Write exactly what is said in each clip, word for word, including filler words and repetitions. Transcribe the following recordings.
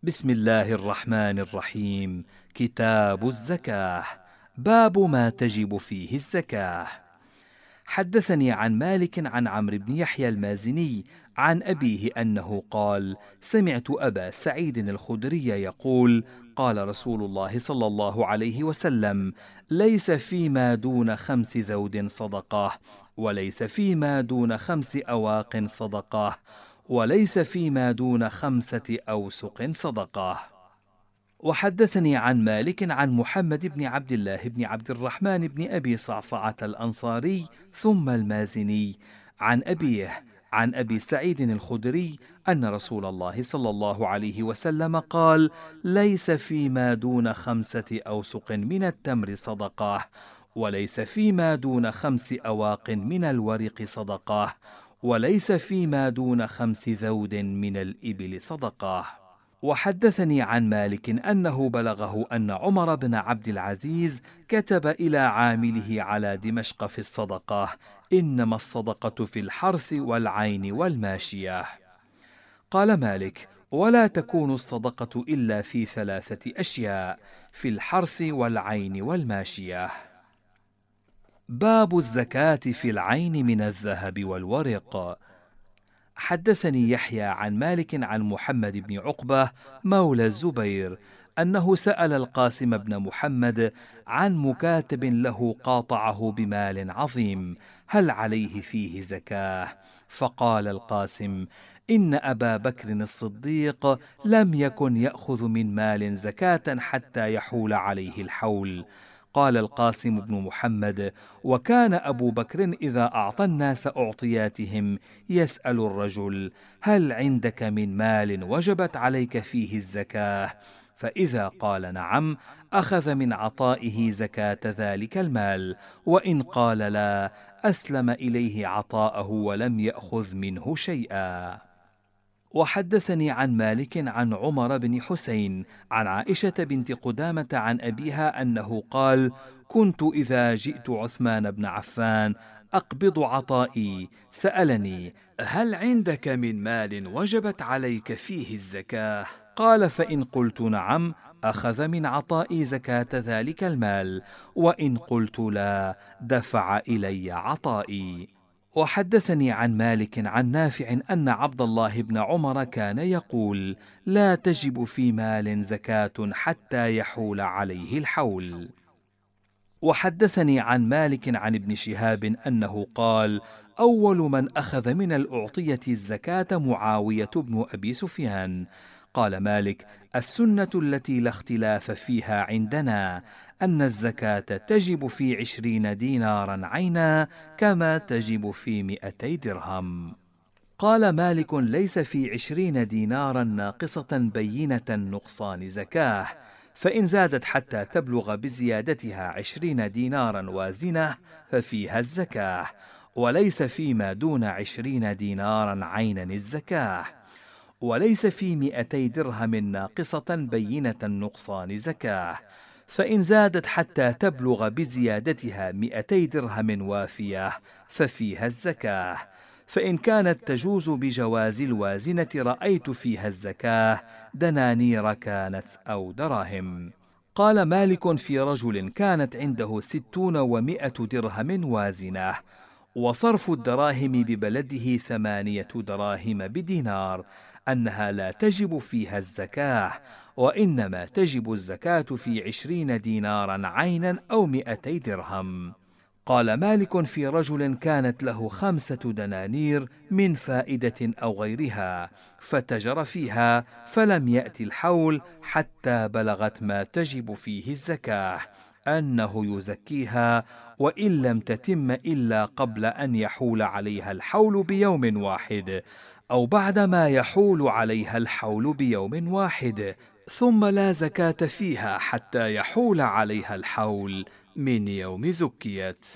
بسم الله الرحمن الرحيم. كتاب الزكاة. باب ما تجب فيه الزكاة. حدثني عن مالك عن عمرو بن يحيى المازني عن أبيه أنه قال: سمعت أبا سعيد الخدري يقول: قال رسول الله صلى الله عليه وسلم: ليس فيما دون خمس ذود صدقة، وليس فيما دون خمس أواق صدقة، وليس فيما دون خمسة أوسق صدقة. وحدثني عن مالك عن محمد بن عبد الله بن عبد الرحمن بن أبي صعصعة الأنصاري ثم المازني عن أبيه عن أبي سعيد الخدري أن رسول الله صلى الله عليه وسلم قال: ليس فيما دون خمسة أوسق من التمر صدقة، وليس فيما دون خمس أواق من الورق صدقة، وليس فيما دون خمس ذود من الإبل صدقة. وحدثني عن مالك أنه بلغه أن عمر بن عبد العزيز كتب إلى عامله على دمشق في الصدقة: إنما الصدقة في الحرث والعين والماشية. قال مالك: ولا تكون الصدقة إلا في ثلاثة أشياء: في الحرث والعين والماشية. باب الزكاة في العين من الذهب والورق. حدثني يحيى عن مالك عن محمد بن عقبة مولى الزبير أنه سأل القاسم بن محمد عن مكاتب له قاطعه بمال عظيم: هل عليه فيه زكاة؟ فقال القاسم: إن أبا بكر الصديق لم يكن يأخذ من مال زكاة حتى يحول عليه الحول. قال القاسم بن محمد: وكان أبو بكر إذا أعطى الناس أعطياتهم يسأل الرجل: هل عندك من مال وجبت عليك فيه الزكاة؟ فإذا قال نعم أخذ من عطائه زكاة ذلك المال، وإن قال لا أسلم إليه عطاءه ولم يأخذ منه شيئا. وحدثني عن مالك عن عمر بن حسين عن عائشة بنت قدامة عن أبيها أنه قال: كنت إذا جئت عثمان بن عفان أقبض عطائي سألني: هل عندك من مال وجبت عليك فيه الزكاة؟ قال: فإن قلت نعم أخذ من عطائي زكاة ذلك المال، وإن قلت لا دفع إلي عطائي. وحدثني عن مالك عن نافع أن عبد الله بن عمر كان يقول: لا تجب في مال زكاة حتى يحول عليه الحول. وحدثني عن مالك عن ابن شهاب أنه قال: أول من أخذ من الأعطية الزكاة معاوية بن أبي سفيان. قال مالك: السنة التي لا اختلاف فيها عندنا أن الزكاة تجب في عشرين دينارا عينا كما تجب في مئتي درهم. قال مالك: ليس في عشرين دينارا ناقصة بينة نقصان زكاة، فإن زادت حتى تبلغ بزيادتها عشرين دينارا وازنة ففيها الزكاة، وليس فيما دون عشرين دينارا عينا الزكاة، وليس في مئتي درهم ناقصة بينة نقصان زكاة، فإن زادت حتى تبلغ بزيادتها مئتي درهم وافية ففيها الزكاة، فإن كانت تجوز بجواز الوازنة رأيت فيها الزكاة، دنانير كانت أو دراهم. قال مالك: في رجل كانت عنده ستون ومائة درهم وازنة، وصرف الدراهم ببلده ثمانية دراهم بدينار، أنها لا تجب فيها الزكاة، وإنما تجب الزكاة في عشرين دينارا عينا أو مئتي درهم. قال مالك: في رجل كانت له خمسة دنانير من فائدة أو غيرها، فتجر فيها فلم يأتي الحول حتى بلغت ما تجب فيه الزكاة، أنه يزكيها، وإن لم تتم إلا قبل أن يحول عليها الحول بيوم واحد، أو بعدما يحول عليها الحول بيوم واحد، ثم لا زكاة فيها حتى يحول عليها الحول من يوم زكيت.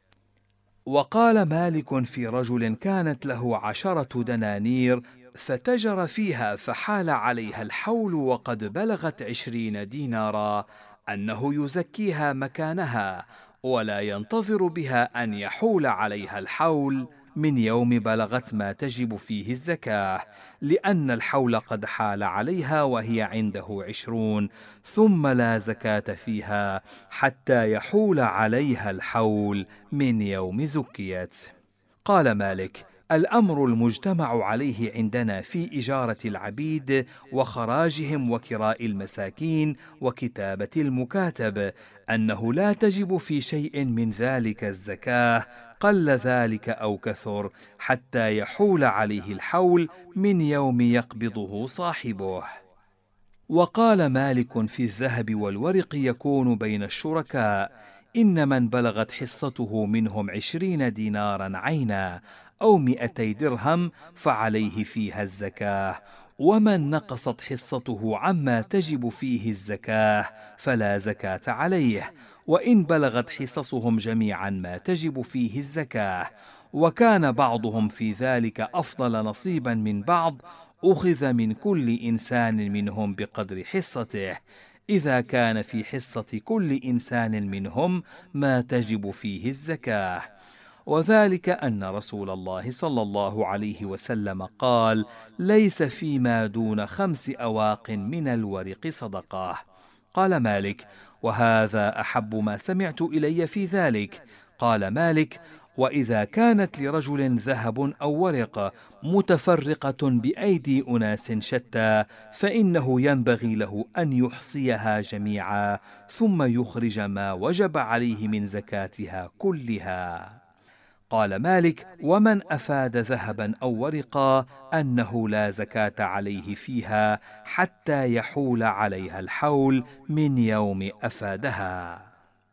وقال مالك: في رجل كانت له عشرة دنانير فتجر فيها فحال عليها الحول وقد بلغت عشرين دينارا، أنه يزكيها مكانها، ولا ينتظر بها أن يحول عليها الحول، من يوم بلغت ما تجب فيه الزكاة، لأن الحول قد حال عليها وهي عنده عشرون، ثم لا زكاة فيها حتى يحول عليها الحول من يوم زكيت. قال مالك: الأمر المجتمع عليه عندنا في إجارة العبيد وخراجهم وكراء المساكين وكتابة المكاتب أنه لا تجب في شيء من ذلك الزكاة، قل ذلك أو كثر، حتى يحول عليه الحول من يوم يقبضه صاحبه. وقال مالك في الذهب والورق يكون بين الشركاء: إن من بلغت حصته منهم عشرين دينارا عينا أو مئتي درهم فعليه فيها الزكاة، ومن نقصت حصته عما تجب فيه الزكاة فلا زكاة عليه، وإن بلغت حصصهم جميعا ما تجب فيه الزكاة، وكان بعضهم في ذلك أفضل نصيبا من بعض، أخذ من كل إنسان منهم بقدر حصته، إذا كان في حصة كل إنسان منهم ما تجب فيه الزكاة. وذلك أن رسول الله صلى الله عليه وسلم قال: ليس فيما دون خمس أواق من الورق صدقة. قال مالك: وهذا أحب ما سمعت إلي في ذلك. قال مالك: وإذا كانت لرجل ذهب أو ورق متفرقة بأيدي أناس شتى فإنه ينبغي له أن يحصيها جميعا ثم يخرج ما وجب عليه من زكاتها كلها. قال مالك: ومن أفاد ذهبا أو ورقا أنه لا زكاة عليه فيها حتى يحول عليها الحول من يوم أفادها.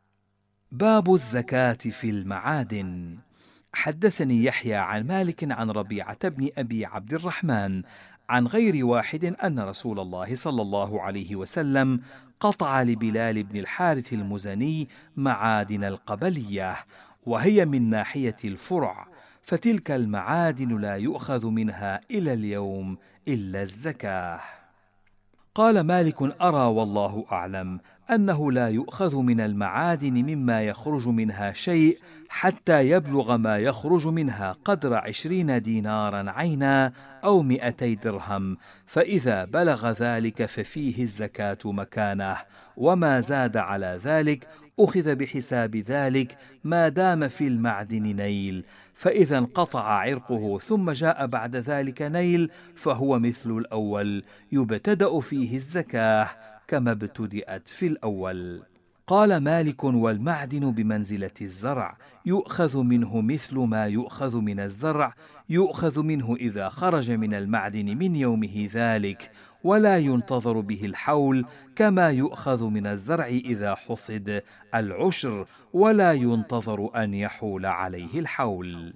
باب الزكاة في المعادن. حدثني يحيى عن مالك عن ربيعة بن أبي عبد الرحمن عن غير واحد أن رسول الله صلى الله عليه وسلم قطع لبلال بن الحارث المزني معادن القبلية، وهي من ناحية الفرع، فتلك المعادن لا يؤخذ منها إلى اليوم إلا الزكاة. قال مالك: أرى والله أعلم أنه لا يؤخذ من المعادن مما يخرج منها شيء حتى يبلغ ما يخرج منها قدر عشرين دينارا عينا أو مئتي درهم، فإذا بلغ ذلك ففيه الزكاة مكانه، وما زاد على ذلك أخذ بحساب ذلك ما دام في المعدن نيل، فإذا انقطع عرقه ثم جاء بعد ذلك نيل فهو مثل الأول، يبتدأ فيه الزكاة كما ابتدأت في الأول. قال مالك: والمعدن بمنزلة الزرع، يؤخذ منه مثل ما يؤخذ من الزرع، يؤخذ منه إذا خرج من المعدن من يومه ذلك، ولا ينتظر به الحول كما يؤخذ من الزرع إذا حصد العشر، ولا ينتظر أن يحول عليه الحول.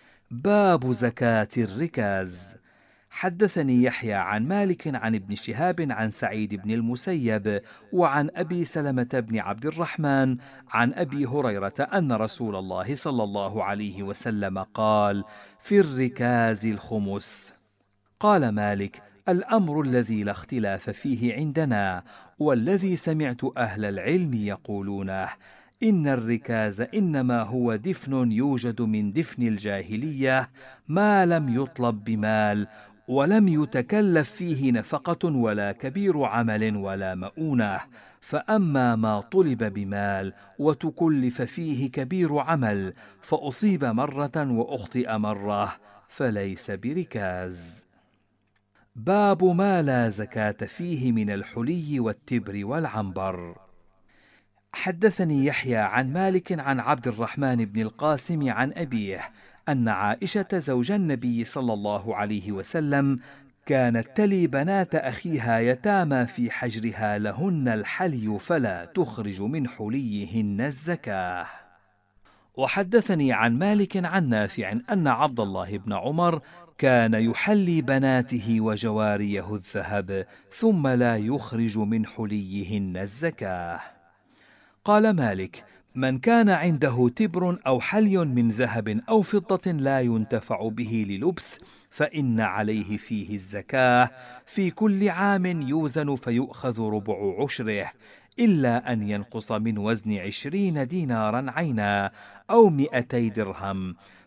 باب زكاة الركاز. حدثني يحيى عن مالك عن ابن شهاب عن سعيد بن المسيب وعن أبي سلمة بن عبد الرحمن عن أبي هريرة أن رسول الله صلى الله عليه وسلم قال: في الركاز الخمس. قال مالك: الأمر الذي لا اختلاف فيه عندنا، والذي سمعت أهل العلم يقولونه، إن الركاز إنما هو دفن يوجد من دفن الجاهلية، ما لم يطلب بمال، ولم يتكلف فيه نفقة ولا كبير عمل ولا مؤونة، فأما ما طلب بمال وتكلف فيه كبير عمل فأصيب مرة وأخطئ مرة فليس بركاز. باب ما لا زكاة فيه من الحلي والتبر والعنبر. حدثني يحيى عن مالك عن عبد الرحمن بن القاسم عن أبيه أن عائشة زوج النبي صلى الله عليه وسلم كانت تلي بنات أخيها يتامى في حجرها لهن الحلي فلا تخرج من حليهن الزكاة. وحدثني عن مالك عن نافع أن عبد الله بن عمر كان يحلي بناته وجواريه الذهب ثم لا يخرج من حليهن الزكاة. قال مالك: من كان عنده تبر أو حلي من ذهب أو فضة لا ينتفع به للبس فإن عليه فيه الزكاة في كل عام يوزن فيؤخذ ربع عشره، إلا أن ينقص من وزن عشرين دينارا عينا أو مئتي درهم،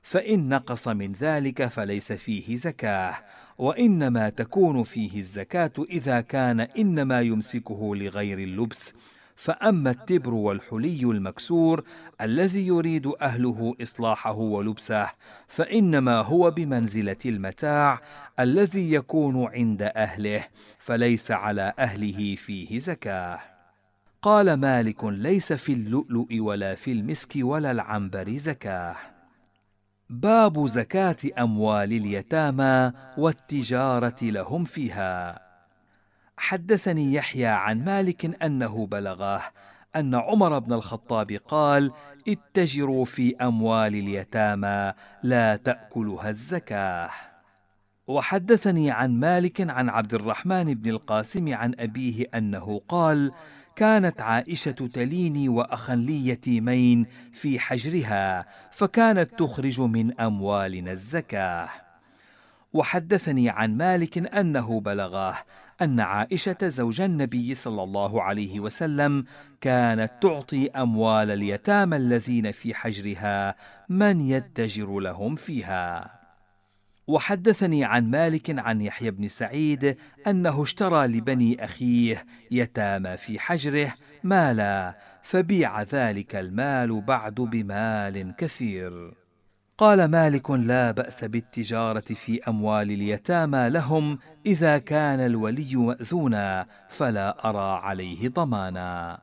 فإن نقص من ذلك فليس فيه زكاة، وإنما تكون فيه الزكاة إذا كان إنما يمسكه لغير اللبس. فأما التبر والحلي المكسور الذي يريد أهله إصلاحه ولبسه فإنما هو بمنزلة المتاع الذي يكون عند أهله، فليس على أهله فيه زكاة. قال مالك: ليس في اللؤلؤ ولا في المسك ولا العنبر زكاة. باب زكاة أموال اليتامى والتجارة لهم فيها. حدثني يحيى عن مالك أنه بلغه أن عمر بن الخطاب قال: اتجروا في أموال اليتامى لا تأكلها الزكاة. وحدثني عن مالك عن عبد الرحمن بن القاسم عن أبيه أنه قال: كانت عائشة تليني وأخا لي يتيمين في حجرها، فكانت تخرج من أموالنا الزكاة. وحدثني عن مالك أنه بلغه أن عائشة زوج النبي صلى الله عليه وسلم كانت تعطي أموال اليتامى الذين في حجرها من يتجر لهم فيها. وحدثني عن مالك عن يحيى بن سعيد أنه اشترى لبني أخيه يتامى في حجره مالا، فبيع ذلك المال بعد بمال كثير. قال مالك: لا بأس بالتجارة في أموال اليتامى لهم إذا كان الولي مأذونا، فلا أرى عليه ضمانا.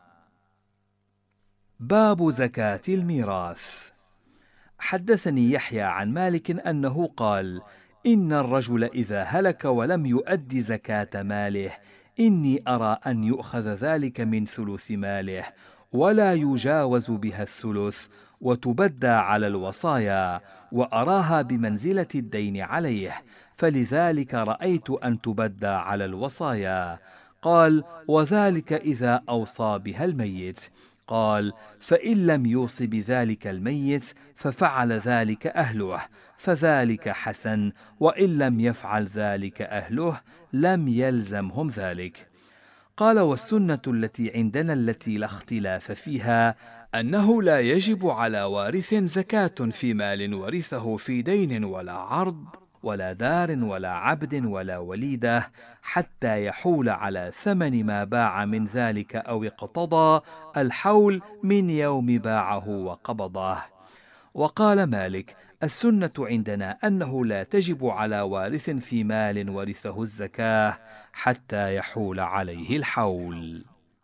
باب زكاة الميراث. حدثني يحيى عن مالك أنه قال: إن الرجل إذا هلك ولم يؤد زكاة ماله إني أرى أن يؤخذ ذلك من ثلث ماله ولا يجاوز بها الثلث، وتبدى على الوصايا، وأراها بمنزلة الدين عليه، فلذلك رأيت أن تبدى على الوصايا. قال: وذلك إذا أوصى بها الميت. قال: فإن لم يوص بذلك الميت ففعل ذلك أهله فذلك حسن، وإن لم يفعل ذلك أهله لم يلزمهم ذلك. قال: والسنة التي عندنا التي لا اختلاف فيها أنه لا يجب على وارث زكاة في مال ورثه في دين ولا عرض ولا دار ولا عبد ولا وليدة، حتى يحول على ثمن ما باع من ذلك أو اقتضى الحول من يوم باعه وقبضه. وقال مالك: السنة عندنا أنه لا تجب على وارث في مال ورثه الزكاة حتى يحول عليه الحول.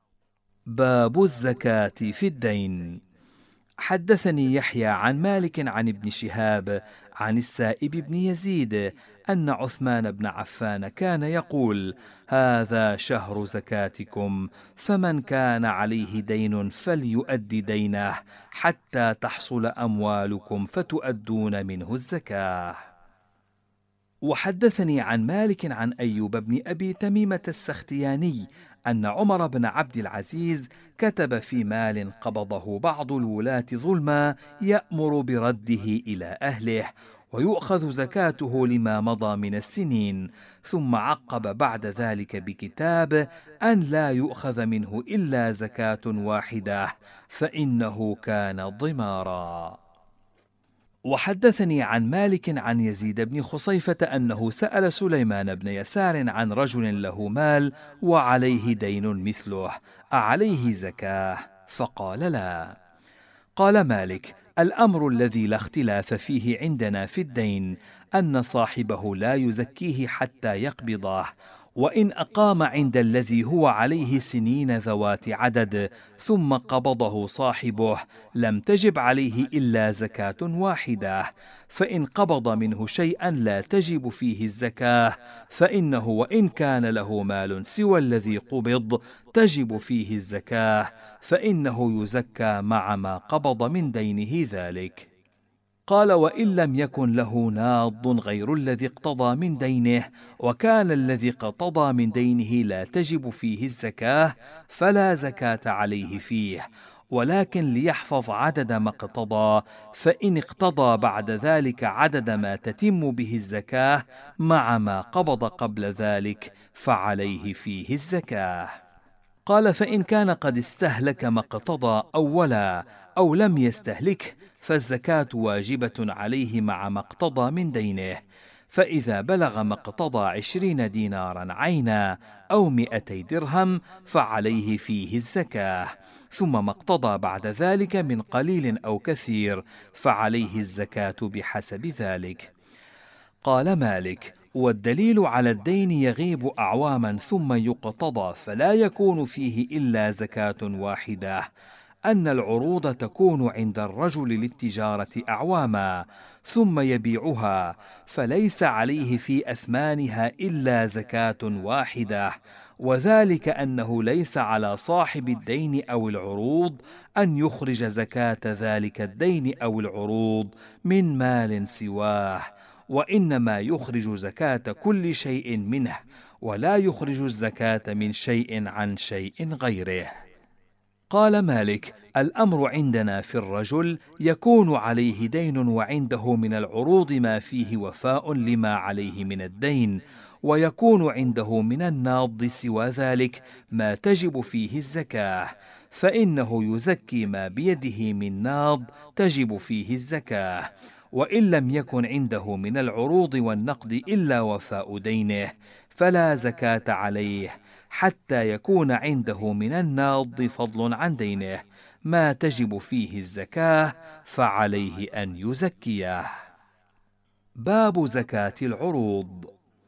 باب الزكاة في الدين. حدثني يحيى عن مالك عن ابن شهاب عن السائب بن يزيد أن عثمان بن عفان كان يقول: هذا شهر زكاتكم، فمن كان عليه دين فليؤد دينه حتى تحصل أموالكم فتؤدون منه الزكاة. وحدثني عن مالك عن أيوب بن أبي تميمة السختياني أن عمر بن عبد العزيز كتب في مال قبضه بعض الولاة ظلما يأمر برده إلى أهله، ويؤخذ زكاته لما مضى من السنين، ثم عقب بعد ذلك بكتاب أن لا يؤخذ منه إلا زكاة واحدة، فإنه كان ضمارا. وحدثني عن مالك عن يزيد بن خصيفة أنه سأل سليمان بن يسار عن رجل له مال وعليه دين مثله أعليه زكاة؟ فقال: لا. قال مالك: الأمر الذي لا اختلاف فيه عندنا في الدين أن صاحبه لا يزكيه حتى يقبضه، وإن أقام عند الذي هو عليه سنين ذوات عدد ثم قبضه صاحبه لم تجب عليه إلا زكاة واحدة، فإن قبض منه شيئا لا تجب فيه الزكاة فإنه وإن كان له مال سوى الذي قبض تجب فيه الزكاة، فإنه يزكى مع ما قبض من دينه ذلك. قال: وإن لم يكن له ناض غير الذي اقتضى من دينه، وكان الذي اقتضى من دينه لا تجب فيه الزكاة، فلا زكاة عليه فيه، ولكن ليحفظ عدد ما اقتضى، فإن اقتضى بعد ذلك عدد ما تتم به الزكاة مع ما قبض قبل ذلك فعليه فيه الزكاة. قال: فإن كان قد استهلك ما اقتضى أولا أو لم يستهلكه فالزكاة واجبة عليه مع ما اقتضى من دينه، فإذا بلغ ما اقتضى عشرين دينارا عينا أو مئتي درهم فعليه فيه الزكاة، ثم ما اقتضى بعد ذلك من قليل أو كثير فعليه الزكاة بحسب ذلك. قال مالك: والدليل على الدين يغيب أعواما ثم يقتضى فلا يكون فيه إلا زكاة واحدة، أن العروض تكون عند الرجل للتجارة أعواما ثم يبيعها فليس عليه في أثمانها إلا زكاة واحدة، وذلك أنه ليس على صاحب الدين أو العروض أن يخرج زكاة ذلك الدين أو العروض من مال سواه، وإنما يخرج زكاة كل شيء منه، ولا يخرج الزكاة من شيء عن شيء غيره. قال مالك: الأمر عندنا في الرجل يكون عليه دين وعنده من العروض ما فيه وفاء لما عليه من الدين، ويكون عنده من الناض سوى ذلك ما تجب فيه الزكاة، فإنه يزكي ما بيده من ناض تجب فيه الزكاة، وإن لم يكن عنده من العروض والنقد إلا وفاء دينه فلا زكاة عليه حتى يكون عنده من الناض فضل عن دينه ما تجب فيه الزكاة فعليه أن يزكيه. باب زكاة العروض.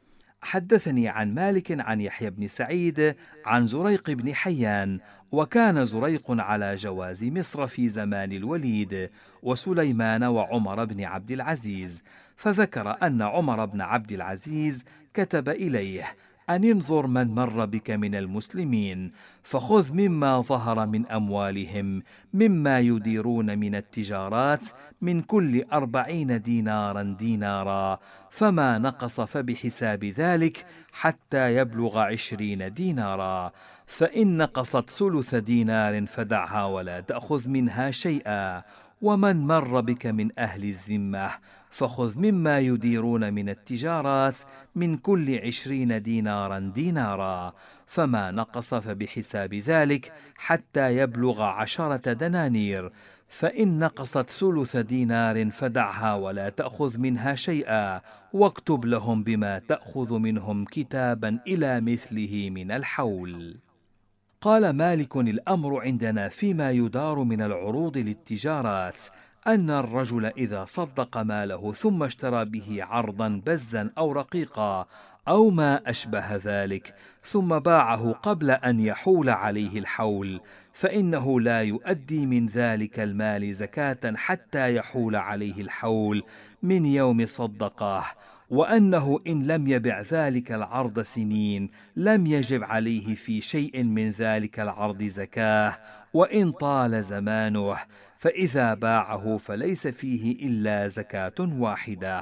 حدثني عن مالك عن يحيى بن سعيد عن زريق بن حيان، وكان زريق على جواز مصر في زمان الوليد وسليمان وعمر بن عبد العزيز، فذكر أن عمر بن عبد العزيز كتب إليه أن انظر من مر بك من المسلمين فخذ مما ظهر من أموالهم مما يديرون من التجارات من كل أربعين دينارا دينارا، فما نقص فبحساب ذلك حتى يبلغ عشرين دينارا، فإن نقصت ثلث دينار فدعها ولا تأخذ منها شيئا. ومن مر بك من أهل الذمة فخذ مما يديرون من التجارات من كل عشرين دينارا دينارا، فما نقص فبحساب ذلك حتى يبلغ عشرة دنانير، فإن نقصت ثلث دينار فدعها ولا تأخذ منها شيئا، واكتب لهم بما تأخذ منهم كتابا إلى مثله من الحول. قال مالك: الأمر عندنا فيما يدار من العروض للتجارات أن الرجل إذا صدق ماله ثم اشترى به عرضا بزا أو رقيقا أو ما أشبه ذلك ثم باعه قبل أن يحول عليه الحول فإنه لا يؤدي من ذلك المال زكاة حتى يحول عليه الحول من يوم صدقه، وأنه إن لم يبع ذلك العرض سنين لم يجب عليه في شيء من ذلك العرض زكاة وإن طال زمانه، فإذا باعه فليس فيه إلا زكاة واحدة.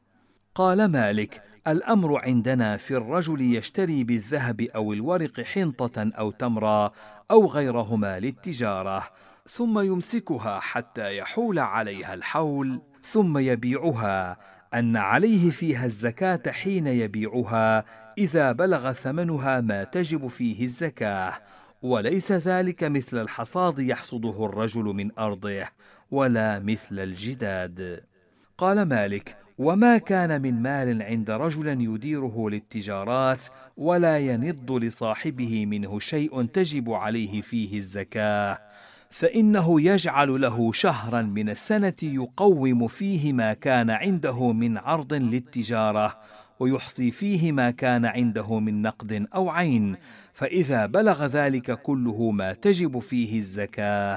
قال مالك: الأمر عندنا في الرجل يشتري بالذهب أو الورق حنطة أو تمرا أو غيرهما للتجارة ثم يمسكها حتى يحول عليها الحول ثم يبيعها، أن عليه فيها الزكاة حين يبيعها إذا بلغ ثمنها ما تجب فيه الزكاة، وليس ذلك مثل الحصاد يحصده الرجل من أرضه ولا مثل الجداد. قال مالك: وما كان من مال عند رجل يديره للتجارات ولا ينض لصاحبه منه شيء تجب عليه فيه الزكاة فإنه يجعل له شهرا من السنة يقوم فيه ما كان عنده من عرض للتجارة ويحصي فيه ما كان عنده من نقد أو عين، فإذا بلغ ذلك كله ما تجب فيه الزكاة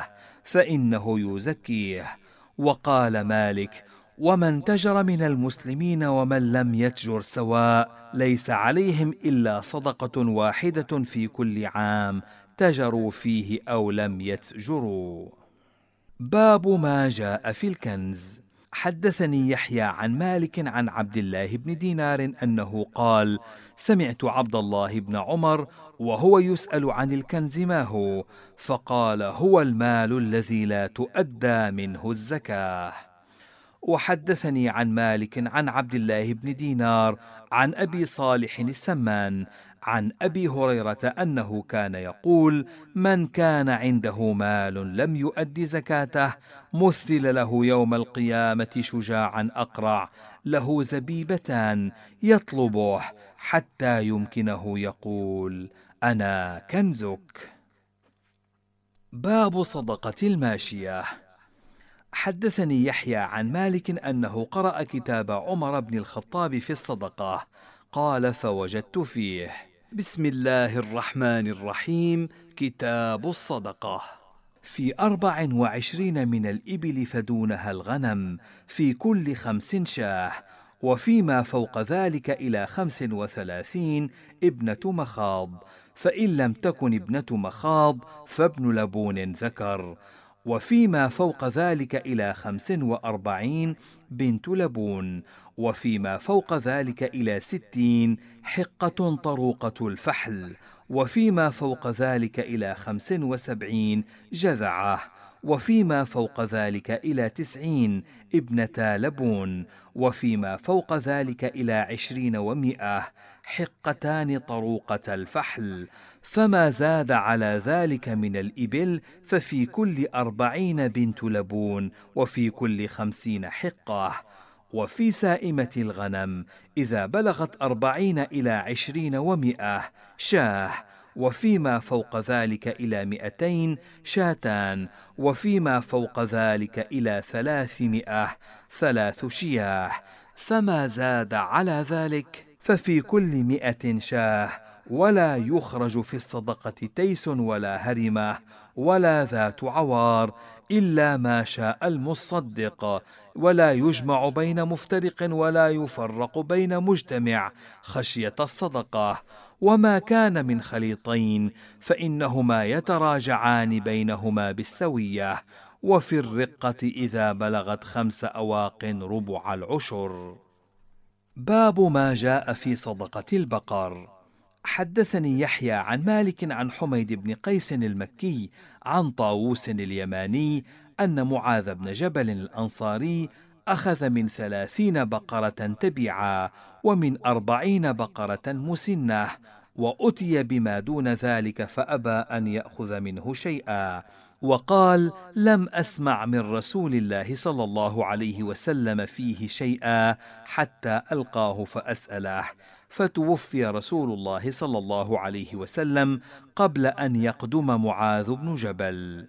فإنه يزكيه. وقال مالك: ومن تجر من المسلمين ومن لم يتجر سواء ليس عليهم إلا صدقة واحدة في كل عام تجروا فيه أو لم يتجروا. باب ما جاء في الكنز. حدثني يحيى عن مالك عن عبد الله بن دينار أنه قال: سمعت عبد الله بن عمر وهو يسأل عن الكنز ما هو، فقال: هو المال الذي لا تؤدى منه الزكاة. وحدثني عن مالك عن عبد الله بن دينار عن أبي صالح السمان عن أبي هريرة أنه كان يقول: من كان عنده مال لم يؤد زكاته مثل له يوم القيامة شجاعا أقرع له زبيبتان يطلبه حتى يمكنه يقول: أنا كنزك. باب صدقة الماشية. حدثني يحيى عن مالك أنه قرأ كتاب عمر بن الخطاب في الصدقة. قال: فوجدت فيه: بسم الله الرحمن الرحيم، كتاب الصدقة، في أربع وعشرين من الإبل فدونها الغنم، في كل خمس شاه، وفيما فوق ذلك إلى خمس وثلاثين ابنة مخاض، فإن لم تكن ابنة مخاض فابن لبون ذكر، وفيما فوق ذلك إلى خمس وأربعين بنت لبون، وفيما فوق ذلك إلى ستين حقة طروقة الفحل، وفيما فوق ذلك إلى خمس وسبعين جذعة، وفيما فوق ذلك إلى تسعين ابنتا لبون، وفيما فوق ذلك إلى عشرين ومئة حقتان طروقة الفحل، فما زاد على ذلك من الإبل ففي كل أربعين بنت لبون، وفي كل خمسين حقة. وفي سائمة الغنم إذا بلغت أربعين إلى عشرين ومئة شاه، وفيما فوق ذلك إلى مئتين شاتان، وفيما فوق ذلك إلى ثلاثمائة ثلاث شياه، فما زاد على ذلك ففي كل مئة شاه. ولا يخرج في الصدقة تيس ولا هرمة ولا ذات عوار إلا ما شاء المصدق، ولا يجمع بين مفترق ولا يفرق بين مجتمع خشية الصدقة. وما كان من خليطين فإنهما يتراجعان بينهما بالسوية. وفي الرقة إذا بلغت خمس أواق ربع العشر. باب ما جاء في صدقة البقر. حدثني يحيى عن مالك عن حميد بن قيس المكي عن طاووس اليماني أن معاذ بن جبل الأنصاري أخذ من ثلاثين بقرة تبعا ومن أربعين بقرة مسنة، وأتي بما دون ذلك فأبى أن يأخذ منه شيئا، وقال: لم أسمع من رسول الله صلى الله عليه وسلم فيه شيئا حتى ألقاه فأسأله. فتوفي رسول الله صلى الله عليه وسلم قبل أن يقدم معاذ بن جبل.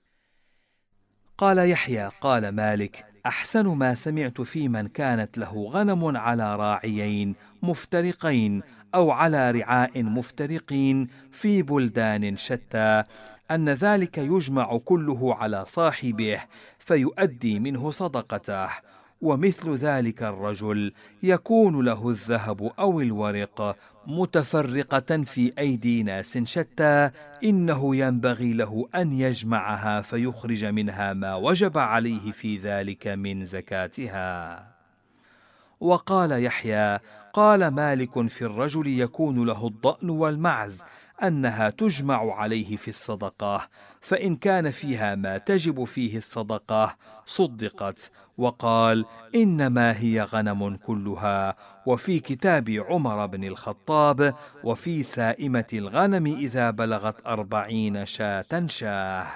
قال يحيى: قال مالك: أحسن ما سمعت في من كانت له غنم على راعيين مفترقين أو على رعاء مفترقين في بلدان شتى أن ذلك يجمع كله على صاحبه فيؤدي منه صدقته. ومثل ذلك الرجل يكون له الذهب أو الورق متفرقة في أيدي ناس شتى، إنه ينبغي له أن يجمعها فيخرج منها ما وجب عليه في ذلك من زكاتها. وقال يحيى: قال مالك في الرجل يكون له الضأن والمعز أنها تجمع عليه في الصدقة، فإن كان فيها ما تجب فيه الصدقة صدقت. وقال: إنما هي غنم كلها. وفي كتاب عمر بن الخطاب: وفي سائمة الغنم إذا بلغت أربعين شاة شاه.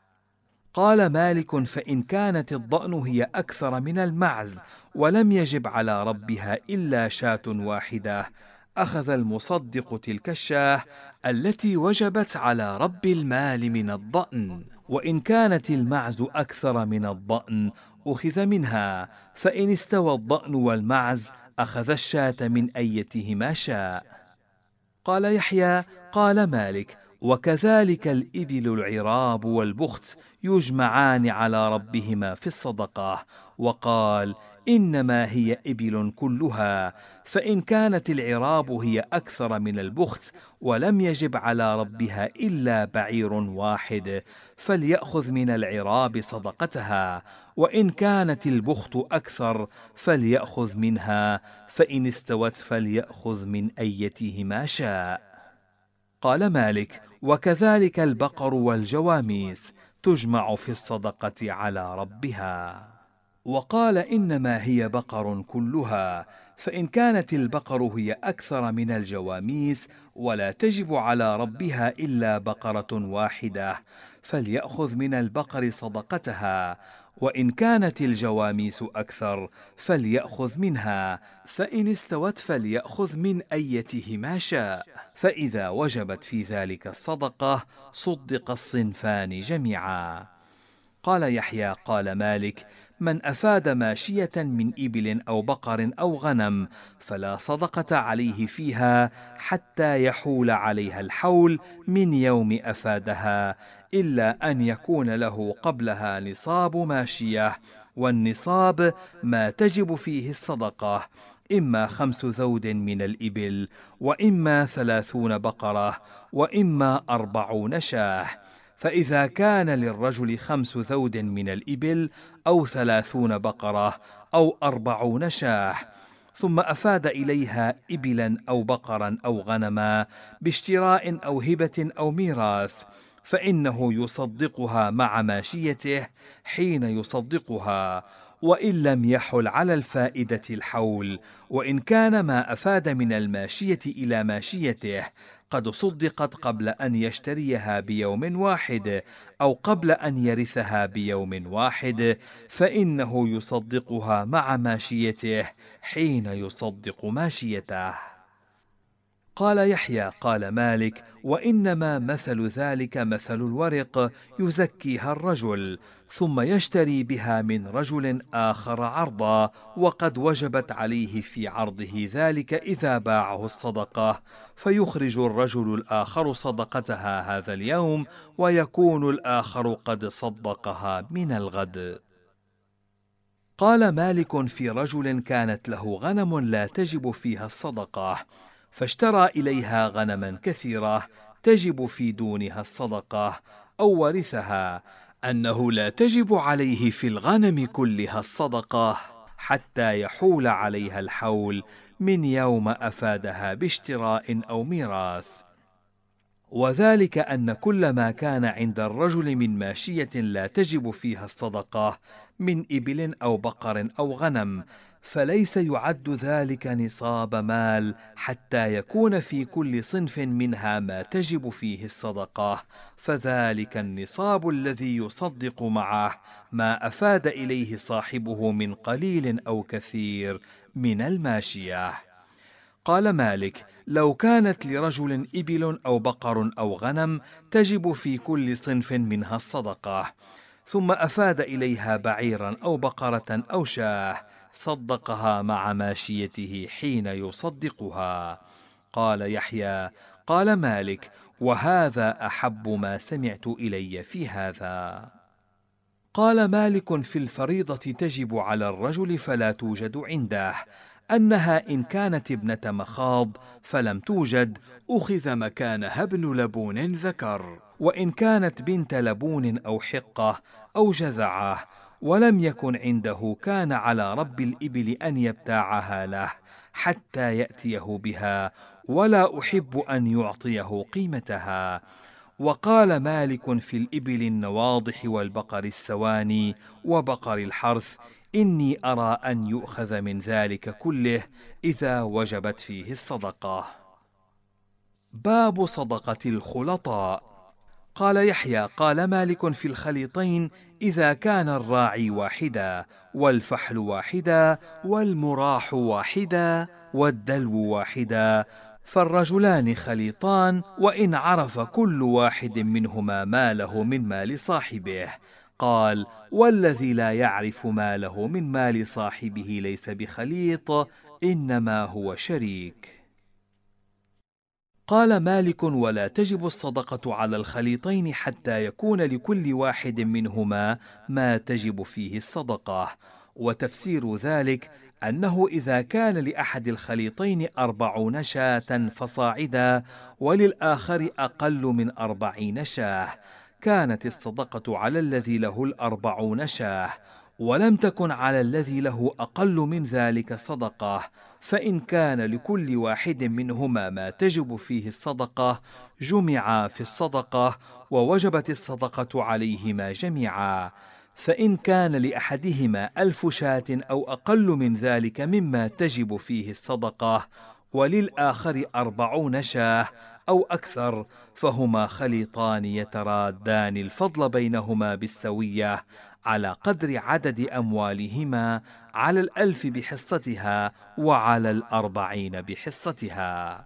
قال مالك: فإن كانت الضأن هي أكثر من المعز ولم يجب على ربها إلا شاة واحدة، أخذ المصدق تلك الشاه التي وجبت على رب المال من الضأن. وإن كانت المعز أكثر من الضأن أخذ منها، فإن استوى الضأن والمعز أخذ الشاة من أيتهما شاء. قال يحيى: قال مالك: وكذلك الإبل العراب والبخت يجمعان على ربهما في الصدقة. وقال: إنما هي إبل كلها، فإن كانت العراب هي أكثر من البخت ولم يجب على ربها إلا بعير واحد فليأخذ من العراب صدقتها، وإن كانت البخت أكثر فليأخذ منها، فإن استوت فليأخذ من أيتهما شاء. قال مالك: وكذلك البقر والجواميس تجمع في الصدقة على ربها. وقال: إنما هي بقر كلها، فإن كانت البقر هي أكثر من الجواميس ولا تجب على ربها إلا بقرة واحدة فليأخذ من البقر صدقتها، وإن كانت الجواميس أكثر فليأخذ منها، فإن استوت فليأخذ من أيتهما شاء، فإذا وجبت في ذلك الصدقة صدق الصنفان جميعا. قال يحيى قال مالك: من أفاد ماشية من إبل أو بقر أو غنم فلا صدقة عليه فيها حتى يحول عليها الحول من يوم أفادها، إلا أن يكون له قبلها نصاب ماشية، والنصاب ما تجب فيه الصدقة، إما خمس ذود من الإبل، وإما ثلاثون بقرة، وإما أربعون شاه. فإذا كان للرجل خمس ذود من الإبل أو ثلاثون بقرة أو أربعون شاه، ثم أفاد إليها إبلا أو بقرا أو غنما باشتراء أو هبة أو ميراث، فإنه يصدقها مع ماشيته حين يصدقها، وإن لم يحل على الفائدة الحول، وإن كان ما أفاد من الماشية إلى ماشيته قد صدقت قبل أن يشتريها بيوم واحد أو قبل أن يرثها بيوم واحد، فإنه يصدقها مع ماشيته حين يصدق ماشيته. قال يحيى قال مالك: وإنما مثل ذلك مثل الورق يزكيها الرجل ثم يشتري بها من رجل آخر عرضا، وقد وجبت عليه في عرضه ذلك إذا باعه الصدقة، فيخرج الرجل الآخر صدقتها هذا اليوم، ويكون الآخر قد صدقها من الغد. قال مالك: في رجل كانت له غنم لا تجب فيها الصدقة، فاشترى إليها غنما كثيرة تجب في دونها الصدقة، أو ورثها، أنه لا تجب عليه في الغنم كلها الصدقة حتى يحول عليها الحول من يوم أفادها باشتراء أو ميراث. وذلك أن كل ما كان عند الرجل من ماشية لا تجب فيها الصدقة من إبل أو بقر أو غنم، فليس يعد ذلك نصاب مال حتى يكون في كل صنف منها ما تجب فيه الصدقة، فذلك النصاب الذي يصدق معه ما أفاد إليه صاحبه من قليل أو كثير من الماشية. قال مالك: لو كانت لرجل إبل أو بقر أو غنم تجب في كل صنف منها الصدقة، ثم أفاد إليها بعيرا أو بقرة أو شاه، صدقها مع ماشيته حين يصدقها. قال يحيى قال مالك: وهذا أحب ما سمعت إلي في هذا. قال مالك: في الفريضة تجب على الرجل فلا توجد عنده، أنها إن كانت ابنة مخاض فلم توجد أخذ مكانها ابن لبون ذكر، وإن كانت بنت لبون أو حقة أو جذعة ولم يكن عنده كان على رب الإبل أن يبتاعها له حتى يأتيه بها، ولا أحب أن يعطيه قيمتها. وقال مالك: في الإبل النواضح والبقر السواني وبقر الحرث إني أرى أن يؤخذ من ذلك كله إذا وجبت فيه الصدقة. باب صدقة الخلطاء. قال يحيى قال مالك: في الخليطين إذا كان الراعي واحدا والفحل واحدا والمراح واحدا والدلو واحدا فالرجلان خليطان، وإن عرف كل واحد منهما ماله من مال صاحبه. قال: والذي لا يعرف ماله من مال صاحبه ليس بخليط، إنما هو شريك. قال مالك: ولا تجب الصدقة على الخليطين حتى يكون لكل واحد منهما ما تجب فيه الصدقة. وتفسير ذلك أنه إذا كان لأحد الخليطين أربعون شاة فصاعدا وللآخر أقل من أربعين شاه كانت الصدقة على الذي له الأربعون شاه، ولم تكن على الذي له أقل من ذلك صدقة، فإن كان لكل واحد منهما ما تجب فيه الصدقة جمعا في الصدقة ووجبت الصدقة عليهما جميعا، فإن كان لأحدهما ألف شاة أو أقل من ذلك مما تجب فيه الصدقة، وللآخر أربعون شاة أو أكثر، فهما خليطان يترادان الفضل بينهما بالسوية على قدر عدد أموالهما، على الألف بحصتها وعلى الأربعين بحصتها.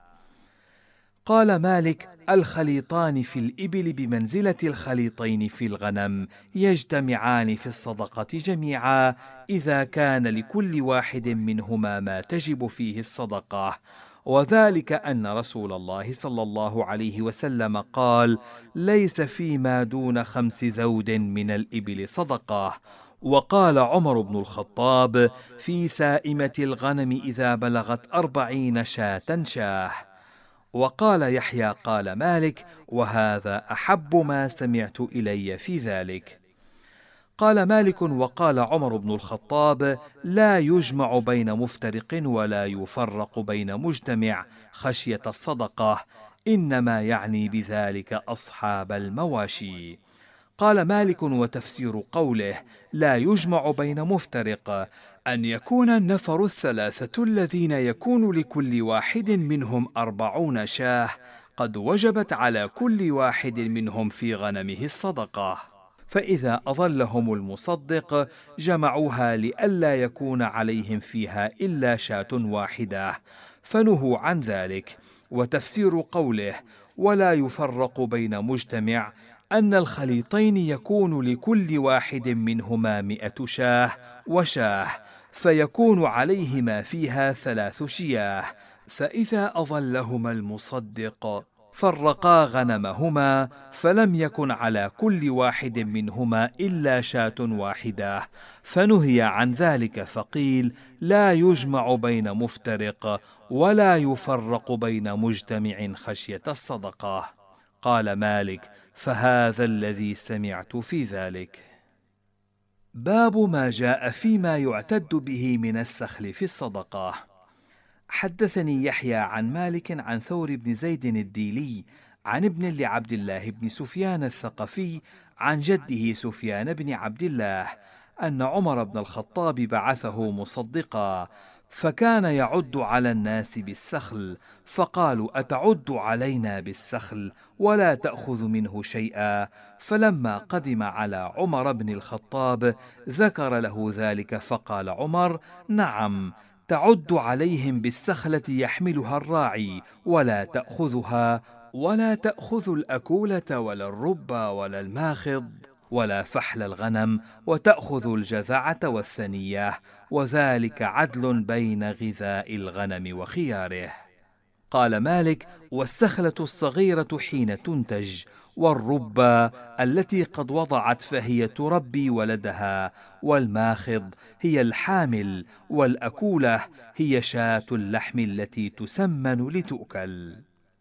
قال مالك: الخليطان في الإبل بمنزلة الخليطين في الغنم، يجتمعان في الصدقة جميعا إذا كان لكل واحد منهما ما تجب فيه الصدقة، وذلك أن رسول الله صلى الله عليه وسلم قال: ليس فيما دون خمس ذود من الإبل صدقة. وقال عمر بن الخطاب: في سائمة الغنم إذا بلغت أربعين شاة شاه. وقال يحيى قال مالك: وهذا أحب ما سمعت إلي في ذلك. قال مالك: وقال عمر بن الخطاب: لا يجمع بين مفترق ولا يفرق بين مجتمع خشية الصدقة، إنما يعني بذلك أصحاب المواشي. قال مالك: وتفسير قوله لا يجمع بين مفترق أن يكون النفر الثلاثة الذين يكون لكل واحد منهم أربعون شاه قد وجبت على كل واحد منهم في غنمه الصدقة، فإذا أظلهم المصدق جمعوها لئلا يكون عليهم فيها إلا شاة واحدة، فنهوا عن ذلك. وتفسير قوله ولا يفرق بين مجتمع أن الخليطين يكون لكل واحد منهما مئة شاه وشاه، فيكون عليهما فيها ثلاث شياه، فإذا أظلهما المصدق فرقا غنمهما فلم يكن على كل واحد منهما إلا شاة واحدة، فنهي عن ذلك، فقيل لا يجمع بين مفترق ولا يفرق بين مجتمع خشية الصدقة. قال مالك: فهذا الذي سمعت في ذلك. باب ما جاء فيما يعتد به من السخل في الصدقة. حدثني يحيى عن مالك عن ثور بن زيد الديلي عن ابن لعبد الله بن سفيان الثقفي عن جده سفيان بن عبد الله أن عمر بن الخطاب بعثه مصدقا، فكان يعد على الناس بالسخل، فقالوا: أتعد علينا بالسخل ولا تأخذ منه شيئا؟ فلما قدم على عمر بن الخطاب ذكر له ذلك، فقال عمر: نعم، تعد عليهم بالسخلة يحملها الراعي ولا تأخذها، ولا تأخذ الأكولة ولا الرب ولا الماخض ولا فحل الغنم، وتأخذ الجذعة والثنية، وذلك عدل بين غذاء الغنم وخياره. قال مالك: والسخلة الصغيرة حين تنتج، والربة التي قد وضعت فهي تربي ولدها، والماخض هي الحامل، والأكولة هي شاة اللحم التي تسمن لتؤكل.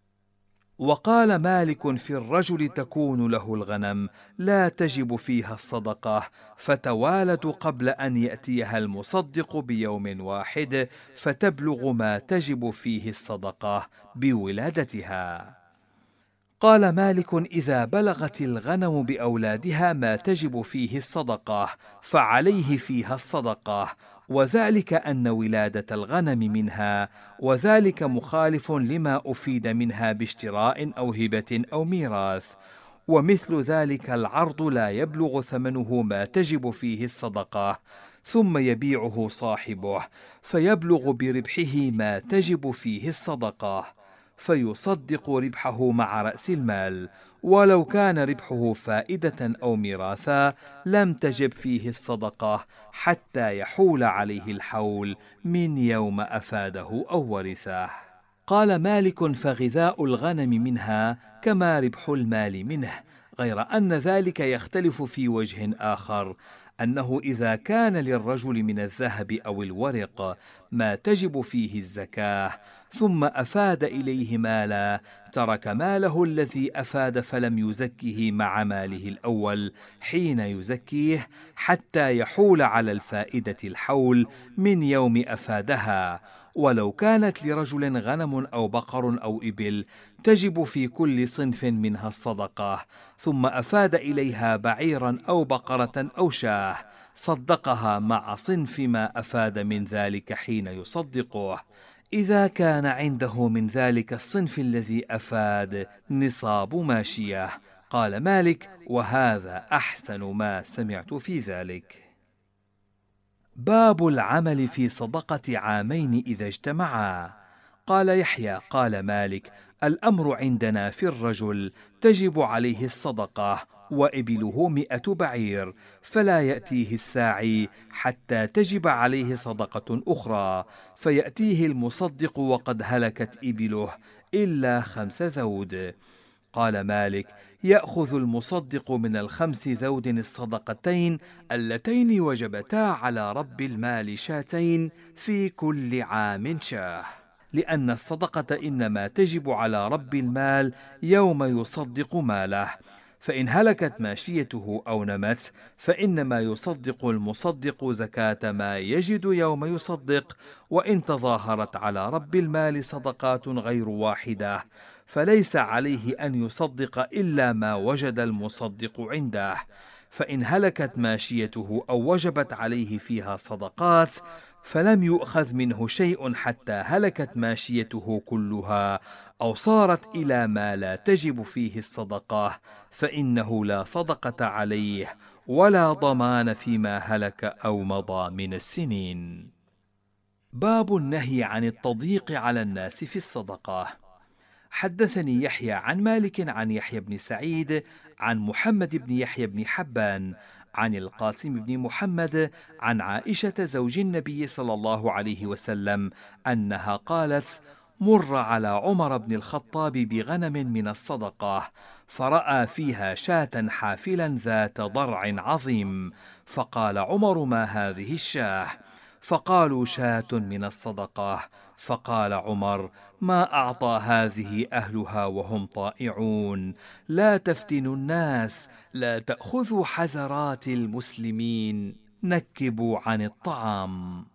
وقال مالك: في الرجل تكون له الغنم لا تجب فيها الصدقة، فتوالد قبل أن يأتيها المصدق بيوم واحد، فتبلغ ما تجب فيه الصدقة بولادتها. قال مالك: إذا بلغت الغنم بأولادها ما تجب فيه الصدقة فعليه فيها الصدقة، وذلك أن ولادة الغنم منها، وذلك مخالف لما أفيد منها باشتراء أو هبة أو ميراث. ومثل ذلك العرض لا يبلغ ثمنه ما تجب فيه الصدقة، ثم يبيعه صاحبه فيبلغ بربحه ما تجب فيه الصدقة، فيصدق ربحه مع رأس المال، ولو كان ربحه فائدة أو ميراثا لم تجب فيه الصدقة حتى يحول عليه الحول من يوم أفاده أو ورثه. قال مالك: فغذاء الغنم منها كما ربح المال منه، غير أن ذلك يختلف في وجه آخر، أنه إذا كان للرجل من الذهب أو الورق ما تجب فيه الزكاة ثم أفاد إليه مالا، ترك ماله الذي أفاد فلم يزكه مع ماله الأول حين يزكيه حتى يحول على الفائدة الحول من يوم أفادها، ولو كانت لرجل غنم أو بقر أو إبل تجب في كل صنف منها الصدقة، ثم أفاد إليها بعيرا أو بقرة أو شاه، صدقها مع صنف ما أفاد من ذلك حين يصدقه، إذا كان عنده من ذلك الصنف الذي أفاد نصاب ماشية. قال مالك: وهذا أحسن ما سمعت في ذلك. باب العمل في صدقة عامين إذا اجتمعا. قال يحيى: قال مالك: الأمر عندنا في الرجل تجب عليه الصدقة وإبله مئة بعير، فلا يأتيه الساعي حتى تجب عليه صدقة أخرى، فيأتيه المصدق وقد هلكت إبله إلا خمس ذود. قال مالك: يأخذ المصدق من الخمس ذود الصدقتين اللتين وجبتا على رب المال شاتين في كل عام شاه، لأن الصدقة إنما تجب على رب المال يوم يصدق ماله، فإن هلكت ماشيته أو نمت فإنما يصدق المصدق زكاة ما يجد يوم يصدق، وإن تظاهرت على رب المال صدقات غير واحدة فليس عليه أن يصدق إلا ما وجد المصدق عنده، فإن هلكت ماشيته أو وجبت عليه فيها صدقات فلم يؤخذ منه شيء حتى هلكت ماشيته كلها أو صارت إلى ما لا تجب فيه الصدقة، فإنه لا صدقة عليه ولا ضمان فيما هلك أو مضى من السنين. باب النهي عن التضييق على الناس في الصدقة. حدثني يحيى عن مالك عن يحيى بن سعيد عن محمد بن يحيى بن حبان عن القاسم بن محمد عن عائشة زوج النبي صلى الله عليه وسلم أنها قالت: مر على عمر بن الخطاب بغنم من الصدقة، فرأى فيها شاة حافلا ذات ضرع عظيم، فقال عمر: ما هذه الشاة؟ فقالوا: شاة من الصدقة. فقال عمر: ما أعطى هذه أهلها وهم طائعون، لا تفتنوا الناس، لا تأخذوا حزرات المسلمين، نكبوا عن الطعام.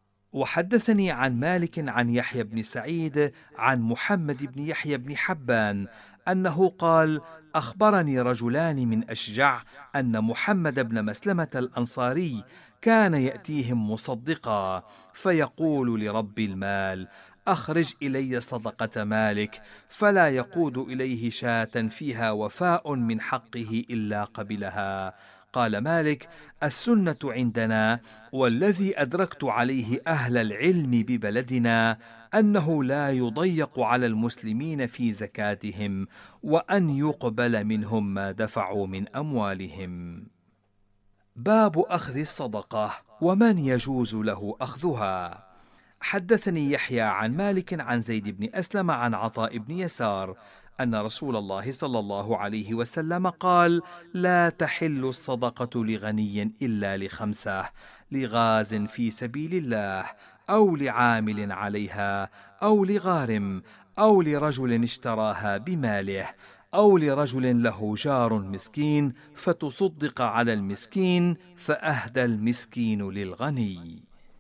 وحدثني عن مالك عن يحيى بن سعيد عن محمد بن يحيى بن حبان أنه قال: أخبرني رجلان من أشجع أن محمد بن مسلمة الأنصاري كان يأتيهم مصدقا، فيقول لرب المال: أخرج إلي صدقة مالك، فلا يقود إليه شاة فيها وفاء من حقه إلا قبلها. قال مالك: السنة عندنا والذي أدركت عليه أهل العلم ببلدنا أنه لا يضيق على المسلمين في زكاتهم، وأن يقبل منهم ما دفعوا من أموالهم. باب أخذ الصدقة ومن يجوز له أخذها. حدثني يحيى عن مالك عن زيد بن أسلم عن عطاء بن يسار أن رسول الله صلى الله عليه وسلم قال: لا تحل الصدقة لغني إلا لخمسة: لغاز في سبيل الله، أو لعامل عليها، أو لغارم، أو لرجل اشتراها بماله، أو لرجل له جار مسكين فتصدق على المسكين فأهدى المسكين للغني.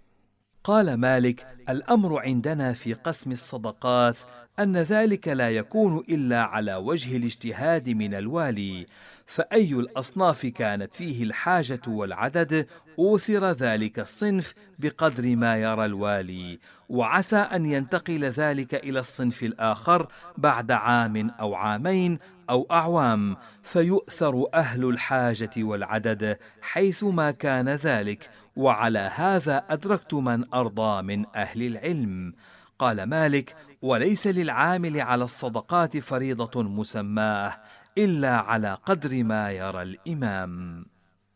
قال مالك: الأمر عندنا في قسم الصدقات أن ذلك لا يكون إلا على وجه الاجتهاد من الوالي، فأي الأصناف كانت فيه الحاجة والعدد أوثر ذلك الصنف بقدر ما يرى الوالي، وعسى أن ينتقل ذلك إلى الصنف الآخر بعد عام أو عامين أو أعوام، فيؤثر أهل الحاجة والعدد حيثما كان ذلك، وعلى هذا أدركت من أرضى من أهل العلم. قال مالك: وليس للعامل على الصدقات فريضة مسماه إلا على قدر ما يرى الإمام.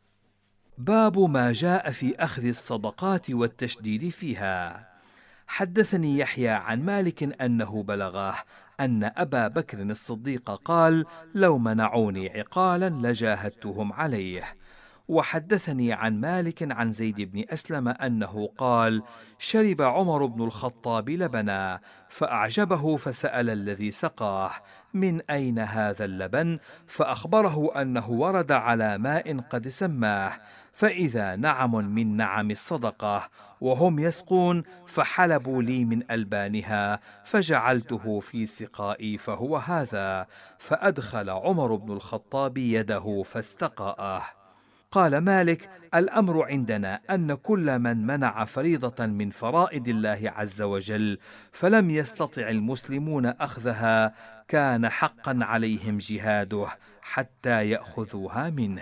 باب ما جاء في أخذ الصدقات والتشديد فيها. حدثني يحيى عن مالك أنه بلغه أن أبا بكر الصديق قال: لو منعوني عقالا لجاهدتهم عليه. وحدثني عن مالك عن زيد بن أسلم أنه قال: شرب عمر بن الخطاب لبنا فأعجبه، فسأل الذي سقاه: من أين هذا اللبن؟ فأخبره أنه ورد على ماء قد سماه، فإذا نعم من نعم الصدقة وهم يسقون فحلبوا لي من ألبانها فجعلته في سقائي فهو هذا، فأدخل عمر بن الخطاب يده فاستقاه. قال مالك: الأمر عندنا أن كل من منع فريضة من فرائض الله عز وجل فلم يستطع المسلمون أخذها كان حقا عليهم جهاده حتى يأخذوها منه.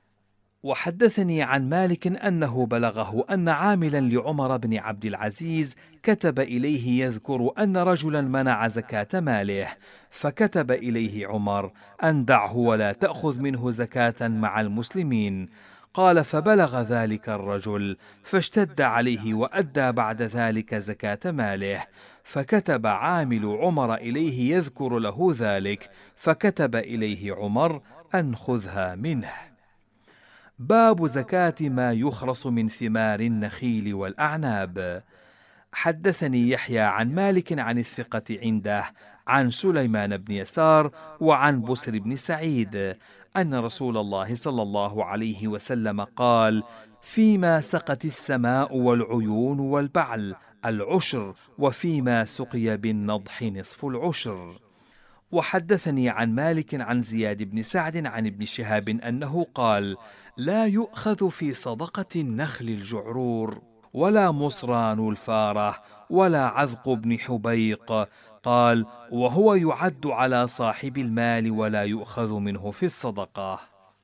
وحدثني عن مالك أنه بلغه أن عاملا لعمر بن عبد العزيز كتب إليه يذكر أن رجلا منع زكاة ماله، فكتب إليه عمر أن دعه ولا تأخذ منه زكاة مع المسلمين. قال: فبلغ ذلك الرجل فاشتد عليه وأدى بعد ذلك زكاة ماله، فكتب عامل عمر إليه يذكر له ذلك، فكتب إليه عمر أن خذها منه. باب زكاة ما يخرص من ثمار النخيل والأعناب. حدثني يحيى عن مالك عن الثقة عنده عن سليمان بن يسار وعن بسر بن سعيد أن رسول الله صلى الله عليه وسلم قال: فيما سقت السماء والعيون والبعل العشر، وفيما سقي بالنضح نصف العشر. وحدثني عن مالك عن زياد بن سعد عن ابن شهاب أنه قال: لا يؤخذ في صدقة النخل الجعرور ولا مصران الفارة ولا عذق بن حبيق. قال: وهو يعد على صاحب المال ولا يؤخذ منه في الصدقة.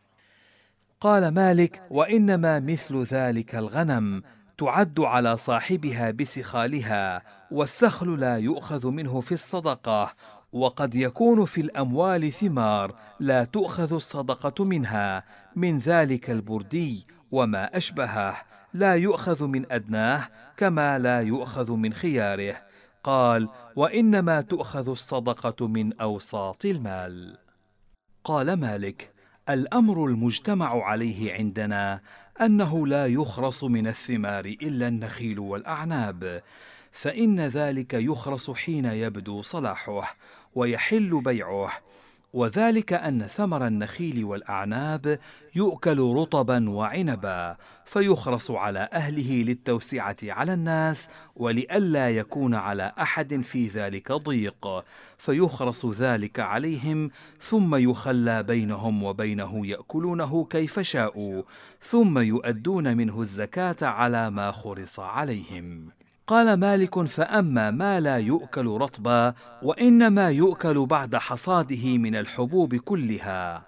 قال مالك: وإنما مثل ذلك الغنم تعد على صاحبها بسخالها، والسخل لا يؤخذ منه في الصدقة. وقد يكون في الأموال ثمار لا تؤخذ الصدقة منها، من ذلك البردي وما أشبهه، لا يؤخذ من أدناه كما لا يؤخذ من خياره. قال: وإنما تؤخذ الصدقة من أوساط المال. قال مالك: الأمر المجتمع عليه عندنا أنه لا يخرص من الثمار إلا النخيل والأعناب، فإن ذلك يخرص حين يبدو صلاحه ويحل بيعه، وذلك أن ثمر النخيل والأعناب يؤكل رطبا وعنبا، فيخرص على أهله للتوسعة على الناس ولئلا يكون على أحد في ذلك ضيق، فيخرص ذلك عليهم، ثم يخلى بينهم وبينه يأكلونه كيف شاءوا، ثم يؤدون منه الزكاة على ما خرص عليهم. قال مالك: فأما ما لا يؤكل رطبا وإنما يؤكل بعد حصاده من الحبوب كلها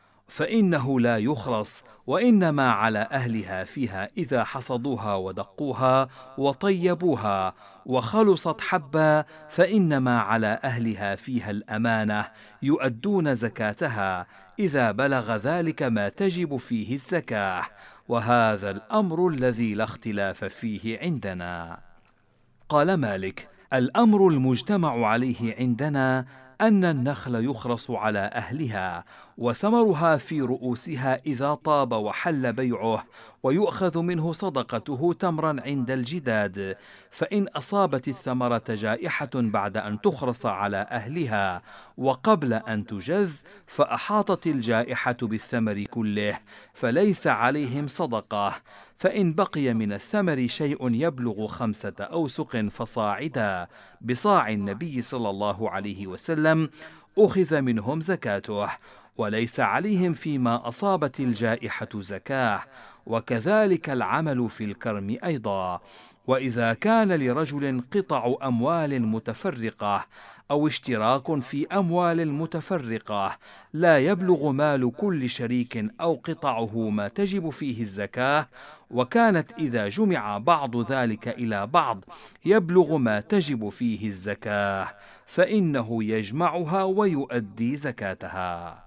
فإنه لا يخرص، وإنما على أهلها فيها إذا حصدوها ودقوها وطيبوها وخلصت حبا، فإنما على أهلها فيها الأمانة يؤدون زكاتها إذا بلغ ذلك ما تجب فيه الزكاة، وهذا الأمر الذي لا اختلاف فيه عندنا. قال مالك: الأمر المجتمع عليه عندنا أن النخل يخرص على أهلها، وثمرها في رؤوسها إذا طاب وحل بيعه، ويؤخذ منه صدقته تمرا عند الجداد، فإن أصابت الثمرة جائحة بعد أن تخرص على أهلها وقبل أن تجز فأحاطت الجائحة بالثمر كله فليس عليهم صدقة، فإن بقي من الثمر شيء يبلغ خمسة أوسق فصاعدا بصاع النبي صلى الله عليه وسلم أخذ منهم زكاته، وليس عليهم فيما أصابت الجائحة زكاة، وكذلك العمل في الكرم أيضا. وإذا كان لرجل قطع أموال متفرقة أو اشتراك في أموال متفرقة لا يبلغ مال كل شريك أو قطعه ما تجب فيه الزكاة، وكانت إذا جمع بعض ذلك إلى بعض يبلغ ما تجب فيه الزكاة، فإنه يجمعها ويؤدي زكاتها.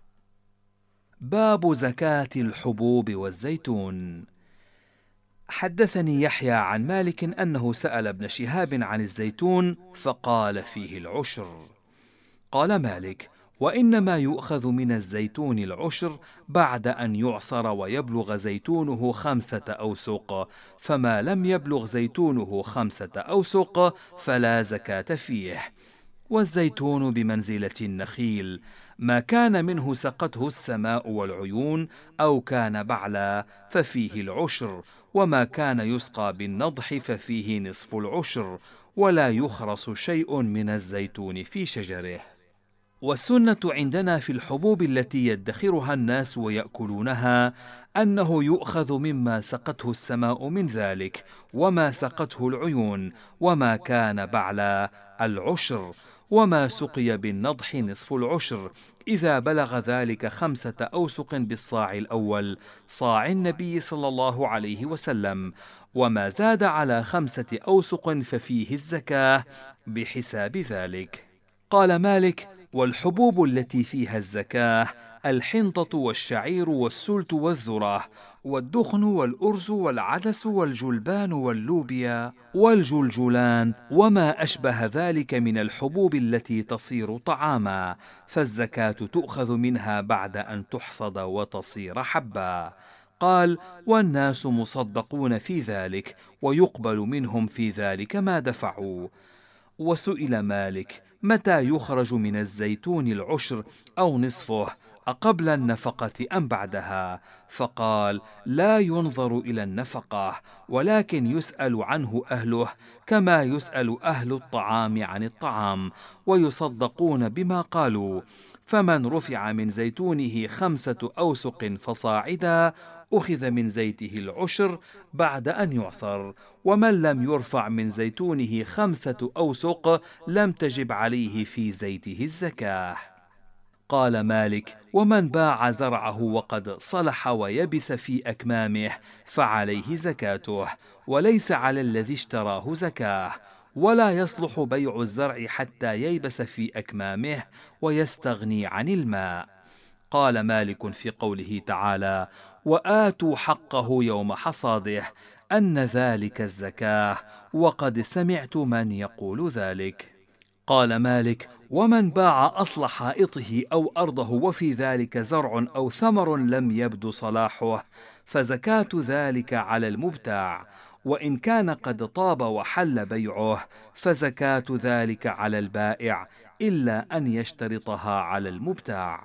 باب زكاة الحبوب والزيتون. حدثني يحيى عن مالك أنه سأل ابن شهاب عن الزيتون فقال فيه العشر. قال مالك: وإنما يؤخذ من الزيتون العشر بعد أن يعصر ويبلغ زيتونه خمسة أوسق، فما لم يبلغ زيتونه خمسة أوسق فلا زكاة فيه. والزيتون بمنزلة النخيل، ما كان منه سقته السماء والعيون أو كان بعلا ففيه العشر، وما كان يسقى بالنضح ففيه نصف العشر، ولا يخرص شيء من الزيتون في شجره. والسنة عندنا في الحبوب التي يدخرها الناس ويأكلونها أنه يؤخذ مما سقته السماء من ذلك، وما سقته العيون، وما كان بعلا العشر، وما سقي بالنضح نصف العشر، إذا بلغ ذلك خمسة أوسق بالصاع الأول صاع النبي صلى الله عليه وسلم، وما زاد على خمسة أوسق ففيه الزكاة بحساب ذلك. قال مالك: والحبوب التي فيها الزكاة الحنطة والشعير والسلت والذرة والدخن والأرز والعدس والجلبان واللوبيا والجلجلان وما أشبه ذلك من الحبوب التي تصير طعاما، فالزكاة تؤخذ منها بعد أن تحصد وتصير حبا. قال: والناس مصدقون في ذلك، ويقبل منهم في ذلك ما دفعوا. وسئل مالك: متى يخرج من الزيتون العشر أو نصفه، أقبل النفقة أم بعدها؟ فقال: لا ينظر إلى النفقة، ولكن يسأل عنه أهله كما يسأل أهل الطعام عن الطعام، ويصدقون بما قالوا. فمن رفع من زيتونه خمسة أوسق فصاعدا أخذ من زيته العشر بعد أن يعصر، ومن لم يرفع من زيتونه خمسة أوسق لم تجب عليه في زيته الزكاة. قال مالك: ومن باع زرعه وقد صلح ويبس في أكمامه فعليه زكاته، وليس على الذي اشتراه زكاة، ولا يصلح بيع الزرع حتى ييبس في أكمامه ويستغني عن الماء. قال مالك في قوله تعالى: وآتوا حقه يوم حصاده، أن ذلك الزكاة، وقد سمعت من يقول ذلك. قال مالك: ومن باع أصل حائطه أو أرضه وفي ذلك زرع أو ثمر لم يبد صلاحه فزكاة ذلك على المبتاع، وإن كان قد طاب وحل بيعه فزكاة ذلك على البائع، إلا أن يشترطها على المبتاع.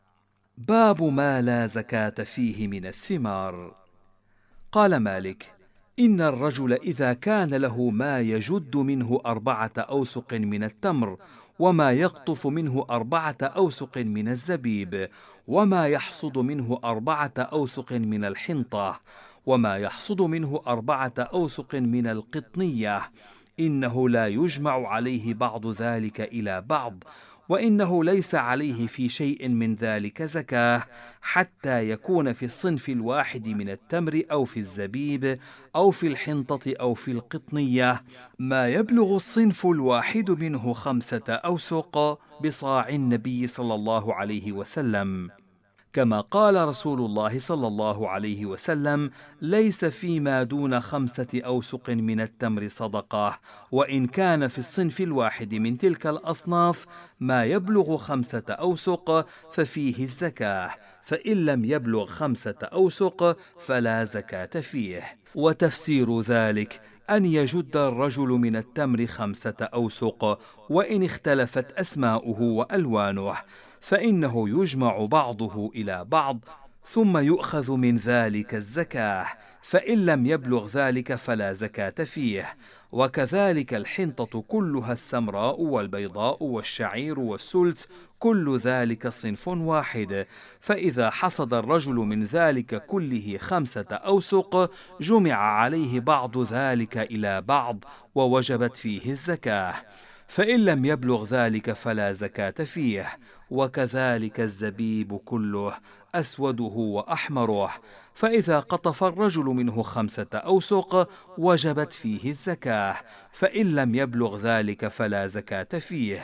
باب ما لا زكاة فيه من الثمار. قال مالك: إن الرجل إذا كان له ما يجد منه أربعة أوسق من التمر، وما يقطف منه أربعة أوسق من الزبيب، وما يحصد منه أربعة أوسق من الحنطة، وما يحصد منه أربعة أوسق من القطنية، إنه لا يجمع عليه بعض ذلك إلى بعض، وإنه ليس عليه في شيء من ذلك زكاة حتى يكون في الصنف الواحد من التمر أو في الزبيب أو في الحنطة أو في القطنية ما يبلغ الصنف الواحد منه خمسة أوسق بصاع النبي صلى الله عليه وسلم، كما قال رسول الله صلى الله عليه وسلم: ليس فيما دون خمسة أوسق من التمر صدقة، وإن كان في الصنف الواحد من تلك الأصناف ما يبلغ خمسة أوسق ففيه الزكاة، فإن لم يبلغ خمسة أوسق فلا زكاة فيه. وتفسير ذلك أن يجد الرجل من التمر خمسة أوسق، وإن اختلفت أسماؤه وألوانه فإنه يجمع بعضه إلى بعض ثم يؤخذ من ذلك الزكاة، فإن لم يبلغ ذلك فلا زكاة فيه. وكذلك الحنطة كلها السمراء والبيضاء والشعير والسلت كل ذلك صنف واحد، فإذا حصد الرجل من ذلك كله خمسة أوسق جمع عليه بعض ذلك إلى بعض ووجبت فيه الزكاة، فإن لم يبلغ ذلك فلا زكاة فيه. وكذلك الزبيب كله أسوده وأحمره، فإذا قطف الرجل منه خمسة أوسق وجبت فيه الزكاة، فإن لم يبلغ ذلك فلا زكاة فيه.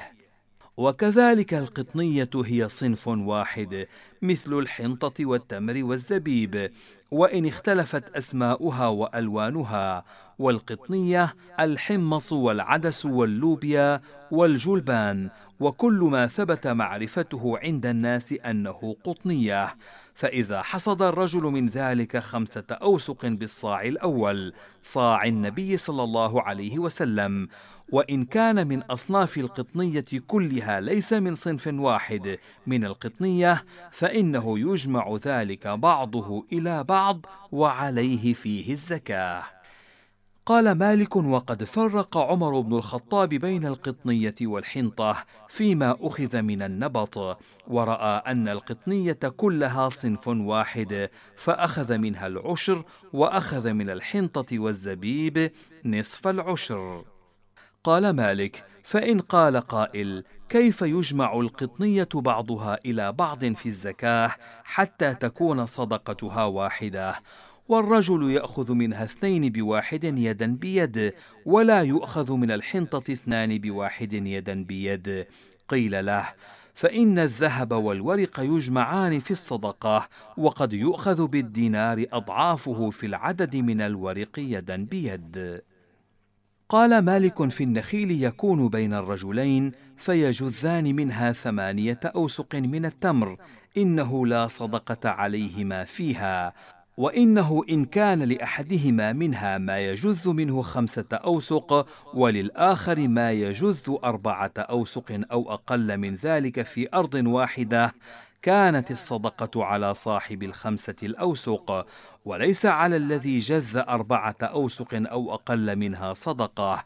وكذلك القطنية هي صنف واحد مثل الحنطة والتمر والزبيب، وإن اختلفت أسماؤها وألوانها. والقطنية الحمص والعدس واللوبيا والجلبان، وكل ما ثبت معرفته عند الناس أنه قطنية. فإذا حصد الرجل من ذلك خمسة أوسق بالصاع الأول صاع النبي صلى الله عليه وسلم، وإن كان من أصناف القطنية كلها ليس من صنف واحد من القطنية، فإنه يجمع ذلك بعضه إلى بعض وعليه فيه الزكاة. قال مالك: وقد فرق عمر بن الخطاب بين القطنية والحنطة فيما أخذ من النبط، ورأى أن القطنية كلها صنف واحد، فأخذ منها العشر، وأخذ من الحنطة والزبيب نصف العشر. قال مالك: فإن قال قائل: كيف يجمع القطنية بعضها إلى بعض في الزكاة حتى تكون صدقتها واحدة، والرجل يأخذ منها اثنين بواحد يدا بيد، ولا يؤخذ من الحنطة اثنان بواحد يدا بيد؟ قيل له: فإن الذهب والورق يجمعان في الصدقة، وقد يؤخذ بالدينار أضعافه في العدد من الورق يدا بيد. قال مالك: في النخيل يكون بين الرجلين فيجذان منها ثمانية أوسق من التمر، إنه لا صدقة عليهما فيها، وإنه إن كان لأحدهما منها ما يجذ منه خمسة أوسق، وللآخر ما يجذ أربعة أوسق أو أقل من ذلك في أرض واحدة، كانت الصدقة على صاحب الخمسة الأوسق، وليس على الذي جذ أربعة أوسق أو أقل منها صدقة.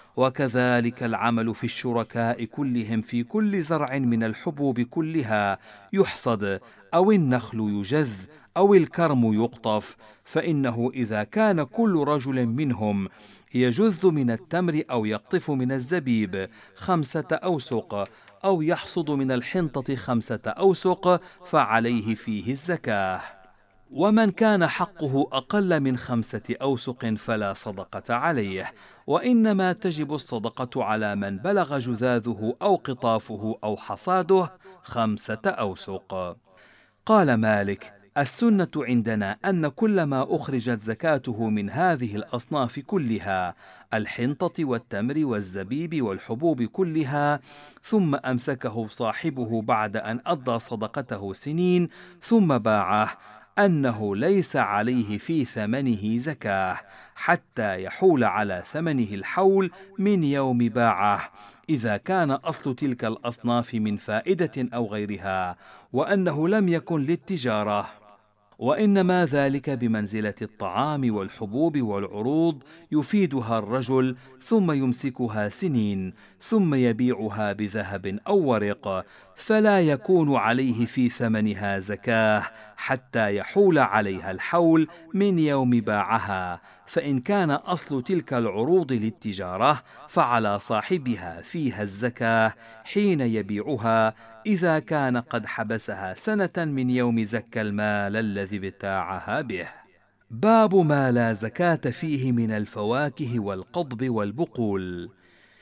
وكذلك العمل في الشركاء كلهم في كل زرع من الحبوب كلها يحصد، أو النخل يجذ، أو الكرم يقطف، فإنه إذا كان كل رجل منهم يجذ من التمر أو يقطف من الزبيب خمسة أوسق، أو يحصد من الحنطة خمسة أوسق، فعليه فيه الزكاة. ومن كان حقه أقل من خمسة أوسق فلا صدقة عليه، وإنما تجب الصدقة على من بلغ جذاذه أو قطافه أو حصاده خمسة أوسق. قال مالك: السنة عندنا أن كل ما أخرجت زكاته من هذه الأصناف كلها، الحنطة والتمر والزبيب والحبوب كلها، ثم أمسكه صاحبه بعد أن أدى صدقته سنين ثم باعه، أنه ليس عليه في ثمنه زكاة حتى يحول على ثمنه الحول من يوم باعه، إذا كان أصل تلك الأصناف من فائدة أو غيرها، وأنه لم يكن للتجارة، وإنما ذلك بمنزلة الطعام والحبوب والعروض يفيدها الرجل ثم يمسكها سنين ثم يبيعها بذهب أو ورق، فلا يكون عليه في ثمنها زكاة حتى يحول عليها الحول من يوم باعها. فإن كان أصل تلك العروض للتجارة فعلى صاحبها فيها الزكاة حين يبيعها، إذا كان قد حبسها سنة من يوم زكى المال الذي ابتاعها به. باب ما لا زكاة فيه من الفواكه والقضب والبقول.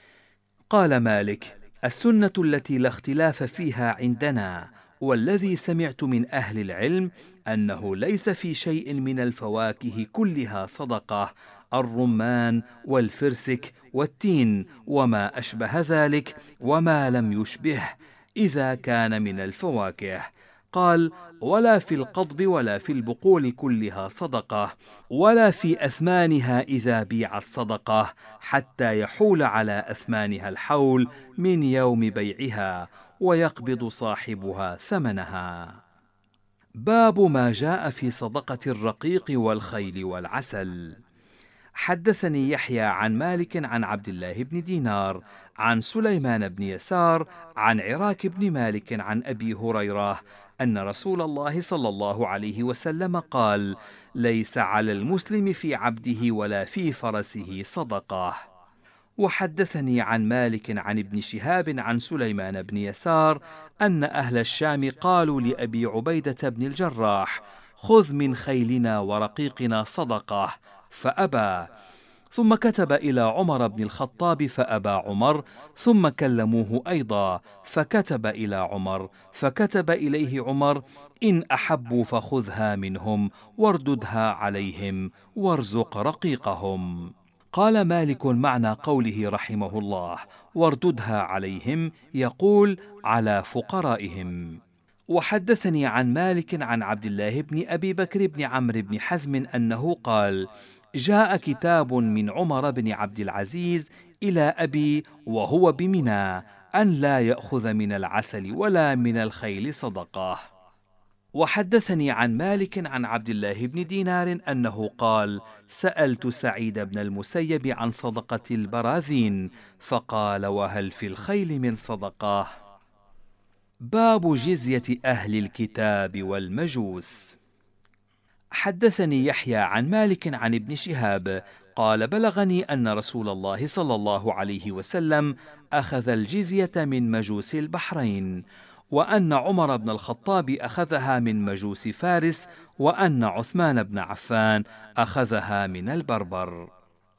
قال مالك: السنة التي لا اختلاف فيها عندنا، والذي سمعت من أهل العلم، أنه ليس في شيء من الفواكه كلها صدقة، الرمان والفرسك والتين وما أشبه ذلك وما لم يشبه، إذا كان من الفواكه. قال: ولا في القضب ولا في البقول كلها صدقة، ولا في أثمانها إذا بيعت صدقة، حتى يحول على أثمانها الحول من يوم بيعها، ويقبض صاحبها ثمنها. باب ما جاء في صدقة الرقيق والخيل والعسل. حدثني يحيى عن مالك عن عبد الله بن دينار عن سليمان بن يسار عن عراك بن مالك عن أبي هريرة أن رسول الله صلى الله عليه وسلم قال: ليس على المسلم في عبده ولا في فرسه صدقة. وحدثني عن مالك عن ابن شهاب عن سليمان بن يسار أن أهل الشام قالوا لأبي عبيدة بن الجراح: خذ من خيلنا ورقيقنا صدقة، فأبى. ثم كتب إلى عمر بن الخطاب فأبى عمر، ثم كلموه أيضا فكتب إلى عمر، فكتب إليه عمر: إن أحبوا فخذها منهم وارددها عليهم وارزق رقيقهم. قال مالك معنى قوله رحمه الله وارددها عليهم يقول على فقرائهم. وحدثني عن مالك عن عبد الله بن أبي بكر بن عمرو بن حزم أنه قال جاء كتاب من عمر بن عبد العزيز إلى أبي وهو بمنى أن لا يأخذ من العسل ولا من الخيل صدقة. وحدثني عن مالك عن عبد الله بن دينار أنه قال سألت سعيد بن المسيب عن صدقة البراذين فقال وهل في الخيل من صدقة؟ باب جزية أهل الكتاب والمجوس. حدثني يحيى عن مالك عن ابن شهاب قال بلغني أن رسول الله صلى الله عليه وسلم أخذ الجزية من مجوس البحرين، وأن عمر بن الخطاب أخذها من مجوس فارس، وأن عثمان بن عفان أخذها من البربر.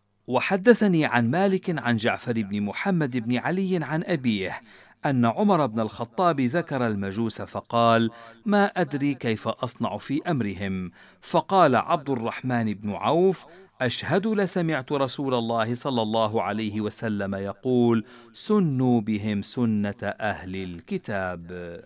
وحدثني عن مالك عن جعفر بن محمد بن علي عن أبيه أن عمر بن الخطاب ذكر المجوس فقال ما أدري كيف أصنع في أمرهم، فقال عبد الرحمن بن عوف أشهد لسمعت رسول الله صلى الله عليه وسلم يقول سنوا بهم سنة أهل الكتاب.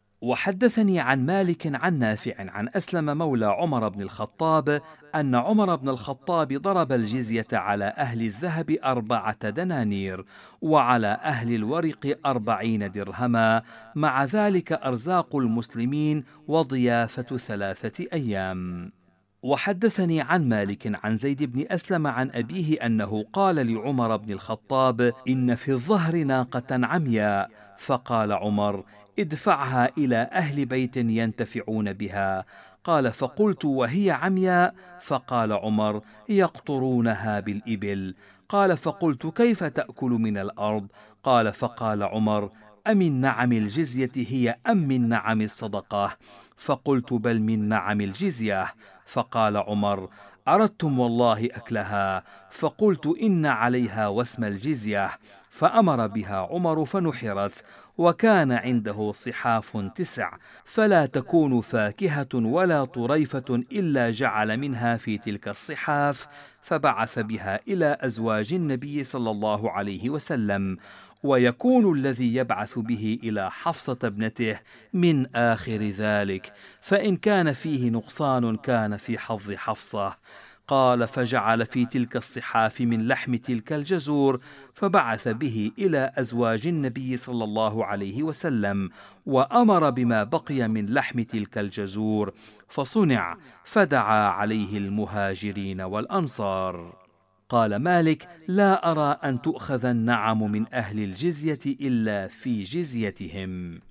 وحدثني عن مالك عن نافع عن أسلم مولى عمر بن الخطاب أن عمر بن الخطاب ضرب الجزية على أهل الذهب أربعة دنانير وعلى أهل الورق أربعين درهما، مع ذلك أرزاق المسلمين وضيافة ثلاثة أيام. وحدثني عن مالك عن زيد بن أسلم عن أبيه أنه قال لعمر بن الخطاب إن في الظهر ناقة عمياء، فقال عمر ادفعها إلى أهل بيت ينتفعون بها. قال فقلت وهي عمياء؟ فقال عمر يقطرونها بالإبل. قال فقلت كيف تأكل من الأرض؟ قال فقال عمر أمن نعم الجزية هي أم من نعم الصدقة؟ فقلت بل من نعم الجزية. فقال عمر أردتم والله أكلها؟ فقلت إن عليها واسم الجزية. فأمر بها عمر فنحرت، وكان عنده صحاف تسع، فلا تكون فاكهة ولا طريفة إلا جعل منها في تلك الصحاف، فبعث بها إلى أزواج النبي صلى الله عليه وسلم، ويكون الذي يبعث به إلى حفصة ابنته من آخر ذلك، فإن كان فيه نقصان كان في حظ حفصة. قال فجعل في تلك الصحاف من لحم تلك الجزور، فبعث به إلى أزواج النبي صلى الله عليه وسلم، وأمر بما بقي من لحم تلك الجزور، فصنع، فدعا عليه المهاجرين والأنصار. قال مالك لا أرى أن تؤخذ النعم من أهل الجزية إلا في جزيتهم.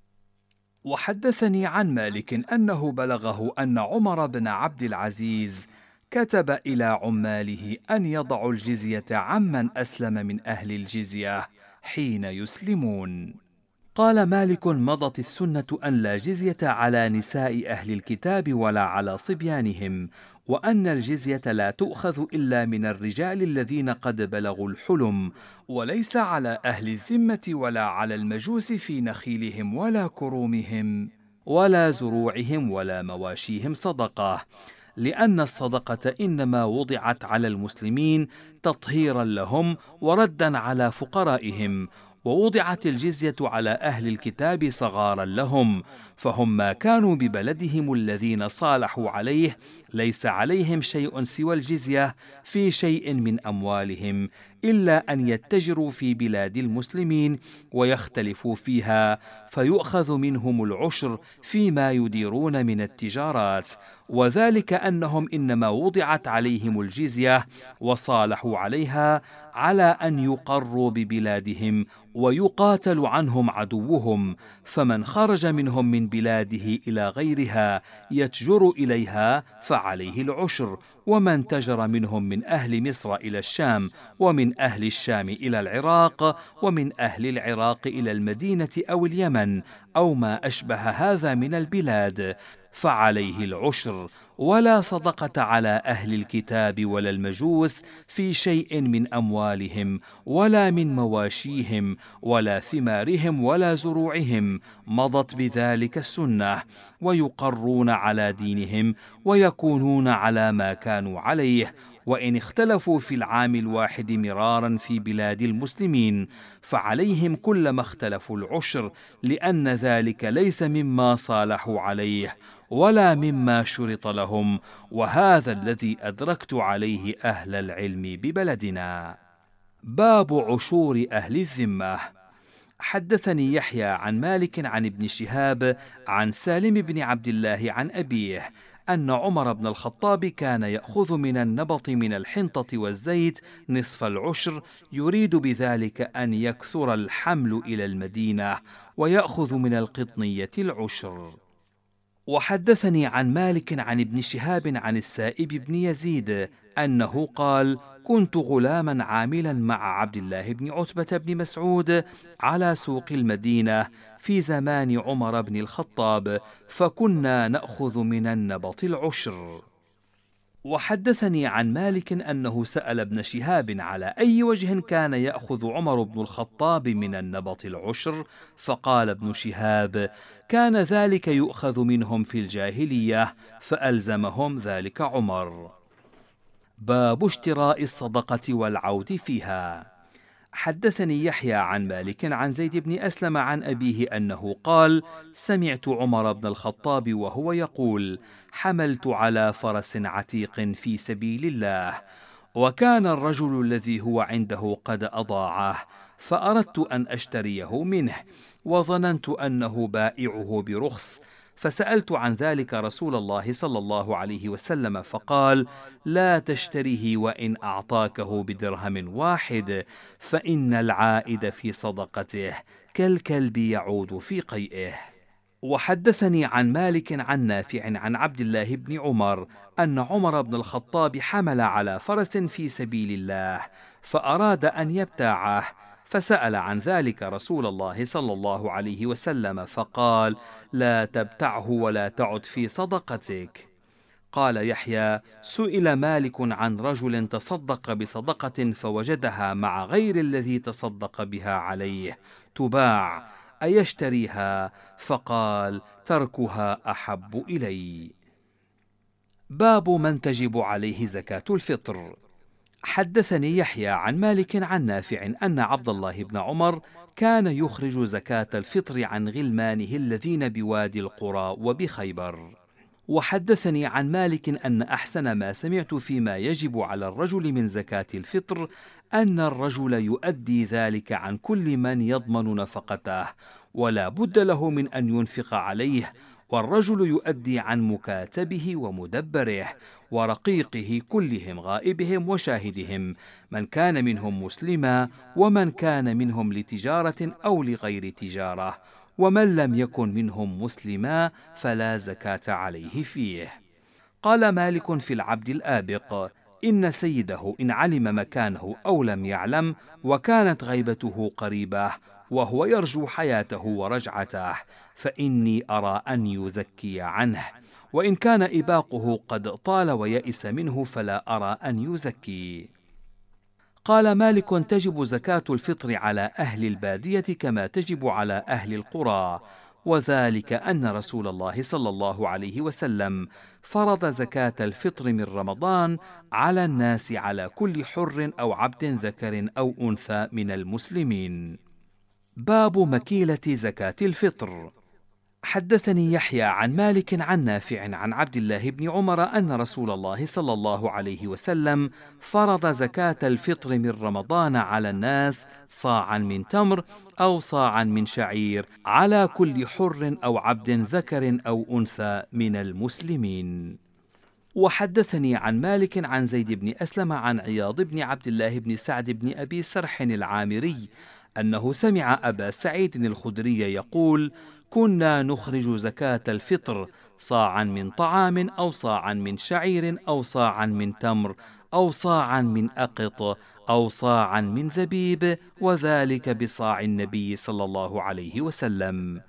وحدثني عن مالك أنه بلغه أن عمر بن عبد العزيز كتب إلى عماله أن يضعوا الجزية عمن أسلم من أهل الجزية حين يسلمون. قال مالك مضت السنة أن لا جزية على نساء أهل الكتاب ولا على صبيانهم، وأن الجزية لا تؤخذ إلا من الرجال الذين قد بلغوا الحلم، وليس على أهل الذمة ولا على المجوس في نخيلهم ولا كرومهم ولا زروعهم ولا مواشيهم صدقة، لأن الصدقة إنما وضعت على المسلمين تطهيرا لهم وردا على فقرائهم، ووضعت الجزية على أهل الكتاب صغارا لهم، فهم ما كانوا ببلدهم الذين صالحوا عليه، ليس عليهم شيء سوى الجزية في شيء من أموالهم، إلا أن يتجروا في بلاد المسلمين ويختلفوا فيها، فيؤخذ منهم العشر فيما يديرون من التجارات، وذلك أنهم إنما وضعت عليهم الجزية وصالحوا عليها على أن يقروا ببلادهم ويقاتل عنهم عدوهم، فمن خرج منهم من بلاده إلى غيرها يتجر إليها فعليه العشر، ومن تجر منهم من أهل مصر إلى الشام، ومن أهل الشام إلى العراق، ومن أهل العراق إلى المدينة أو اليمن أو ما أشبه هذا من البلاد فعليه العشر، ولا صدقة على أهل الكتاب ولا المجوس في شيء من أموالهم ولا من مواشيهم ولا ثمارهم ولا زروعهم، مضت بذلك السنة، ويقرون على دينهم ويكونون على ما كانوا عليه، وإن اختلفوا في العام الواحد مرارا في بلاد المسلمين فعليهم كلما اختلفوا العشر، لأن ذلك ليس مما صالحوا عليه ولا مما شرط لهم، وهذا الذي أدركت عليه أهل العلم ببلدنا. باب عشور أهل الذمة. حدثني يحيى عن مالك عن ابن شهاب عن سالم بن عبد الله عن أبيه أن عمر بن الخطاب كان يأخذ من النبط من الحنطة والزيت نصف العشر، يريد بذلك أن يكثر الحمل إلى المدينة، ويأخذ من القطنية العشر. وحدثني عن مالك عن ابن شهاب عن السائب بن يزيد أنه قال: كنت غلاما عاملا مع عبد الله بن عتبة بن مسعود على سوق المدينة في زمان عمر بن الخطاب، فكنا نأخذ من النبط العشر. وحدثني عن مالك أنه سأل ابن شهاب على أي وجه كان يأخذ عمر بن الخطاب من النبط العشر، فقال ابن شهاب: كان ذلك يؤخذ منهم في الجاهلية، فألزمهم ذلك عمر. باب اشتراء الصدقة والعود فيها. حدثني يحيى عن مالك عن زيد بن أسلم عن أبيه أنه قال: سمعت عمر بن الخطاب وهو يقول: حملت على فرس عتيق في سبيل الله، وكان الرجل الذي هو عنده قد أضاعه، فأردت أن أشتريه منه، وظننت أنه بائعه برخص، فسألت عن ذلك رسول الله صلى الله عليه وسلم فقال: لا تشتريه وإن أعطاكه بدرهم واحد، فإن العائد في صدقته كالكلب يعود في قيئه. وحدثني عن مالك عن نافع عن عبد الله بن عمر أن عمر بن الخطاب حمل على فرس في سبيل الله، فأراد أن يبتاعه، فسأل عن ذلك رسول الله صلى الله عليه وسلم فقال: لا تبتعه ولا تعد في صدقتك. قال يحيى: سئل مالك عن رجل تصدق بصدقة فوجدها مع غير الذي تصدق بها عليه تباع، أيشتريها؟ فقال: تركها أحب إلي. باب من تجب عليه زكاة الفطر. حدثني يحيى عن مالك عن نافع أن عبد الله بن عمر كان يخرج زكاة الفطر عن غلمانه الذين بوادي القرى وبخيبر. وحدثني عن مالك أن أحسن ما سمعت فيما يجب على الرجل من زكاة الفطر أن الرجل يؤدي ذلك عن كل من يضمن نفقته، ولا بد له من أن ينفق عليه، والرجل يؤدي عن مكاتبه ومدبره ورقيقه كلهم غائبهم وشاهدهم، من كان منهم مسلما ومن كان منهم لتجارة أو لغير تجارة، ومن لم يكن منهم مسلما فلا زكاة عليه فيه. قال مالك في العبد الآبق: إن سيده إن علم مكانه أو لم يعلم، وكانت غيبته قريبة وهو يرجو حياته ورجعته، فإني أرى أن يزكي عنه، وإن كان إباقه قد طال ويئس منه فلا أرى أن يزكي. قال مالك: تجب زكاة الفطر على أهل البادية كما تجب على أهل القرى، وذلك أن رسول الله صلى الله عليه وسلم فرض زكاة الفطر من رمضان على الناس على كل حر أو عبد ذكر أو أنثى من المسلمين. باب مكيلة زكاة الفطر. حدثني يحيى عن مالك عن نافع عن عبد الله بن عمر أن رسول الله صلى الله عليه وسلم فرض زكاة الفطر من رمضان على الناس صاعا من تمر أو صاعا من شعير على كل حر أو عبد ذكر أو أنثى من المسلمين. وحدثني عن مالك عن زيد بن أسلم عن عياض بن عبد الله بن سعد بن أبي سرح العامري أنه سمع أبا سعيد الخدري يقول: كنا نخرج زكاة الفطر صاعا من طعام أو صاعا من شعير أو صاعا من تمر أو صاعا من أقط أو صاعا من زبيب، وذلك بصاع النبي صلى الله عليه وسلم.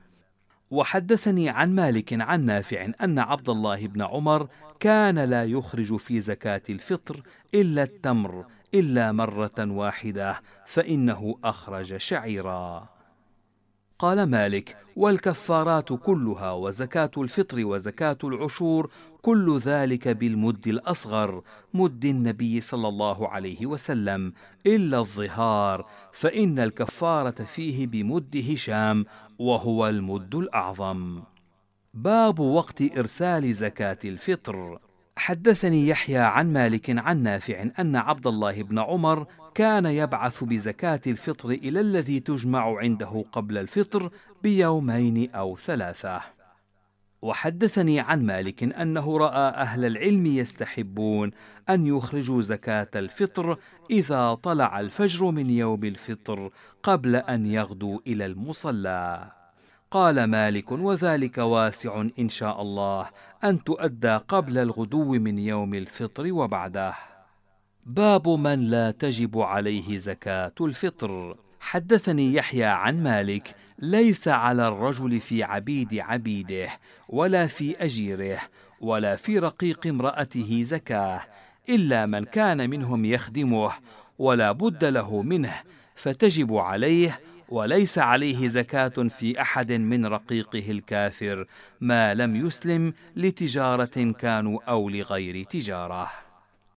وحدثني عن مالك عن نافع أن عبد الله بن عمر كان لا يخرج في زكاة الفطر إلا التمر إلا مرة واحدة، فإنه أخرج شعيرا. قال مالك: والكفارات كلها وزكاة الفطر وزكاة العشور كل ذلك بالمد الأصغر، مد النبي صلى الله عليه وسلم، إلا الظهار، فإن الكفارة فيه بمد هشام، وهو المد الأعظم. باب وقت إرسال زكاة الفطر. حدثني يحيى عن مالك عن نافع أن عبد الله بن عمر كان يبعث بزكاة الفطر إلى الذي تجمع عنده قبل الفطر بيومين أو ثلاثة. وحدثني عن مالك أنه رأى أهل العلم يستحبون أن يخرجوا زكاة الفطر إذا طلع الفجر من يوم الفطر قبل أن يغدوا إلى المصلى. قال مالك: وذلك واسع إن شاء الله أن تؤدى قبل الغدو من يوم الفطر وبعده. باب من لا تجب عليه زكاة الفطر. حدثني يحيى عن مالك: ليس على الرجل في عبيد عبيده ولا في أجيره ولا في رقيق امرأته زكاة، إلا من كان منهم يخدمه ولا بد له منه فتجب عليه، وليس عليه زكاة في أحد من رقيقه الكافر ما لم يسلم لتجارة كانوا أو لغير تجارة.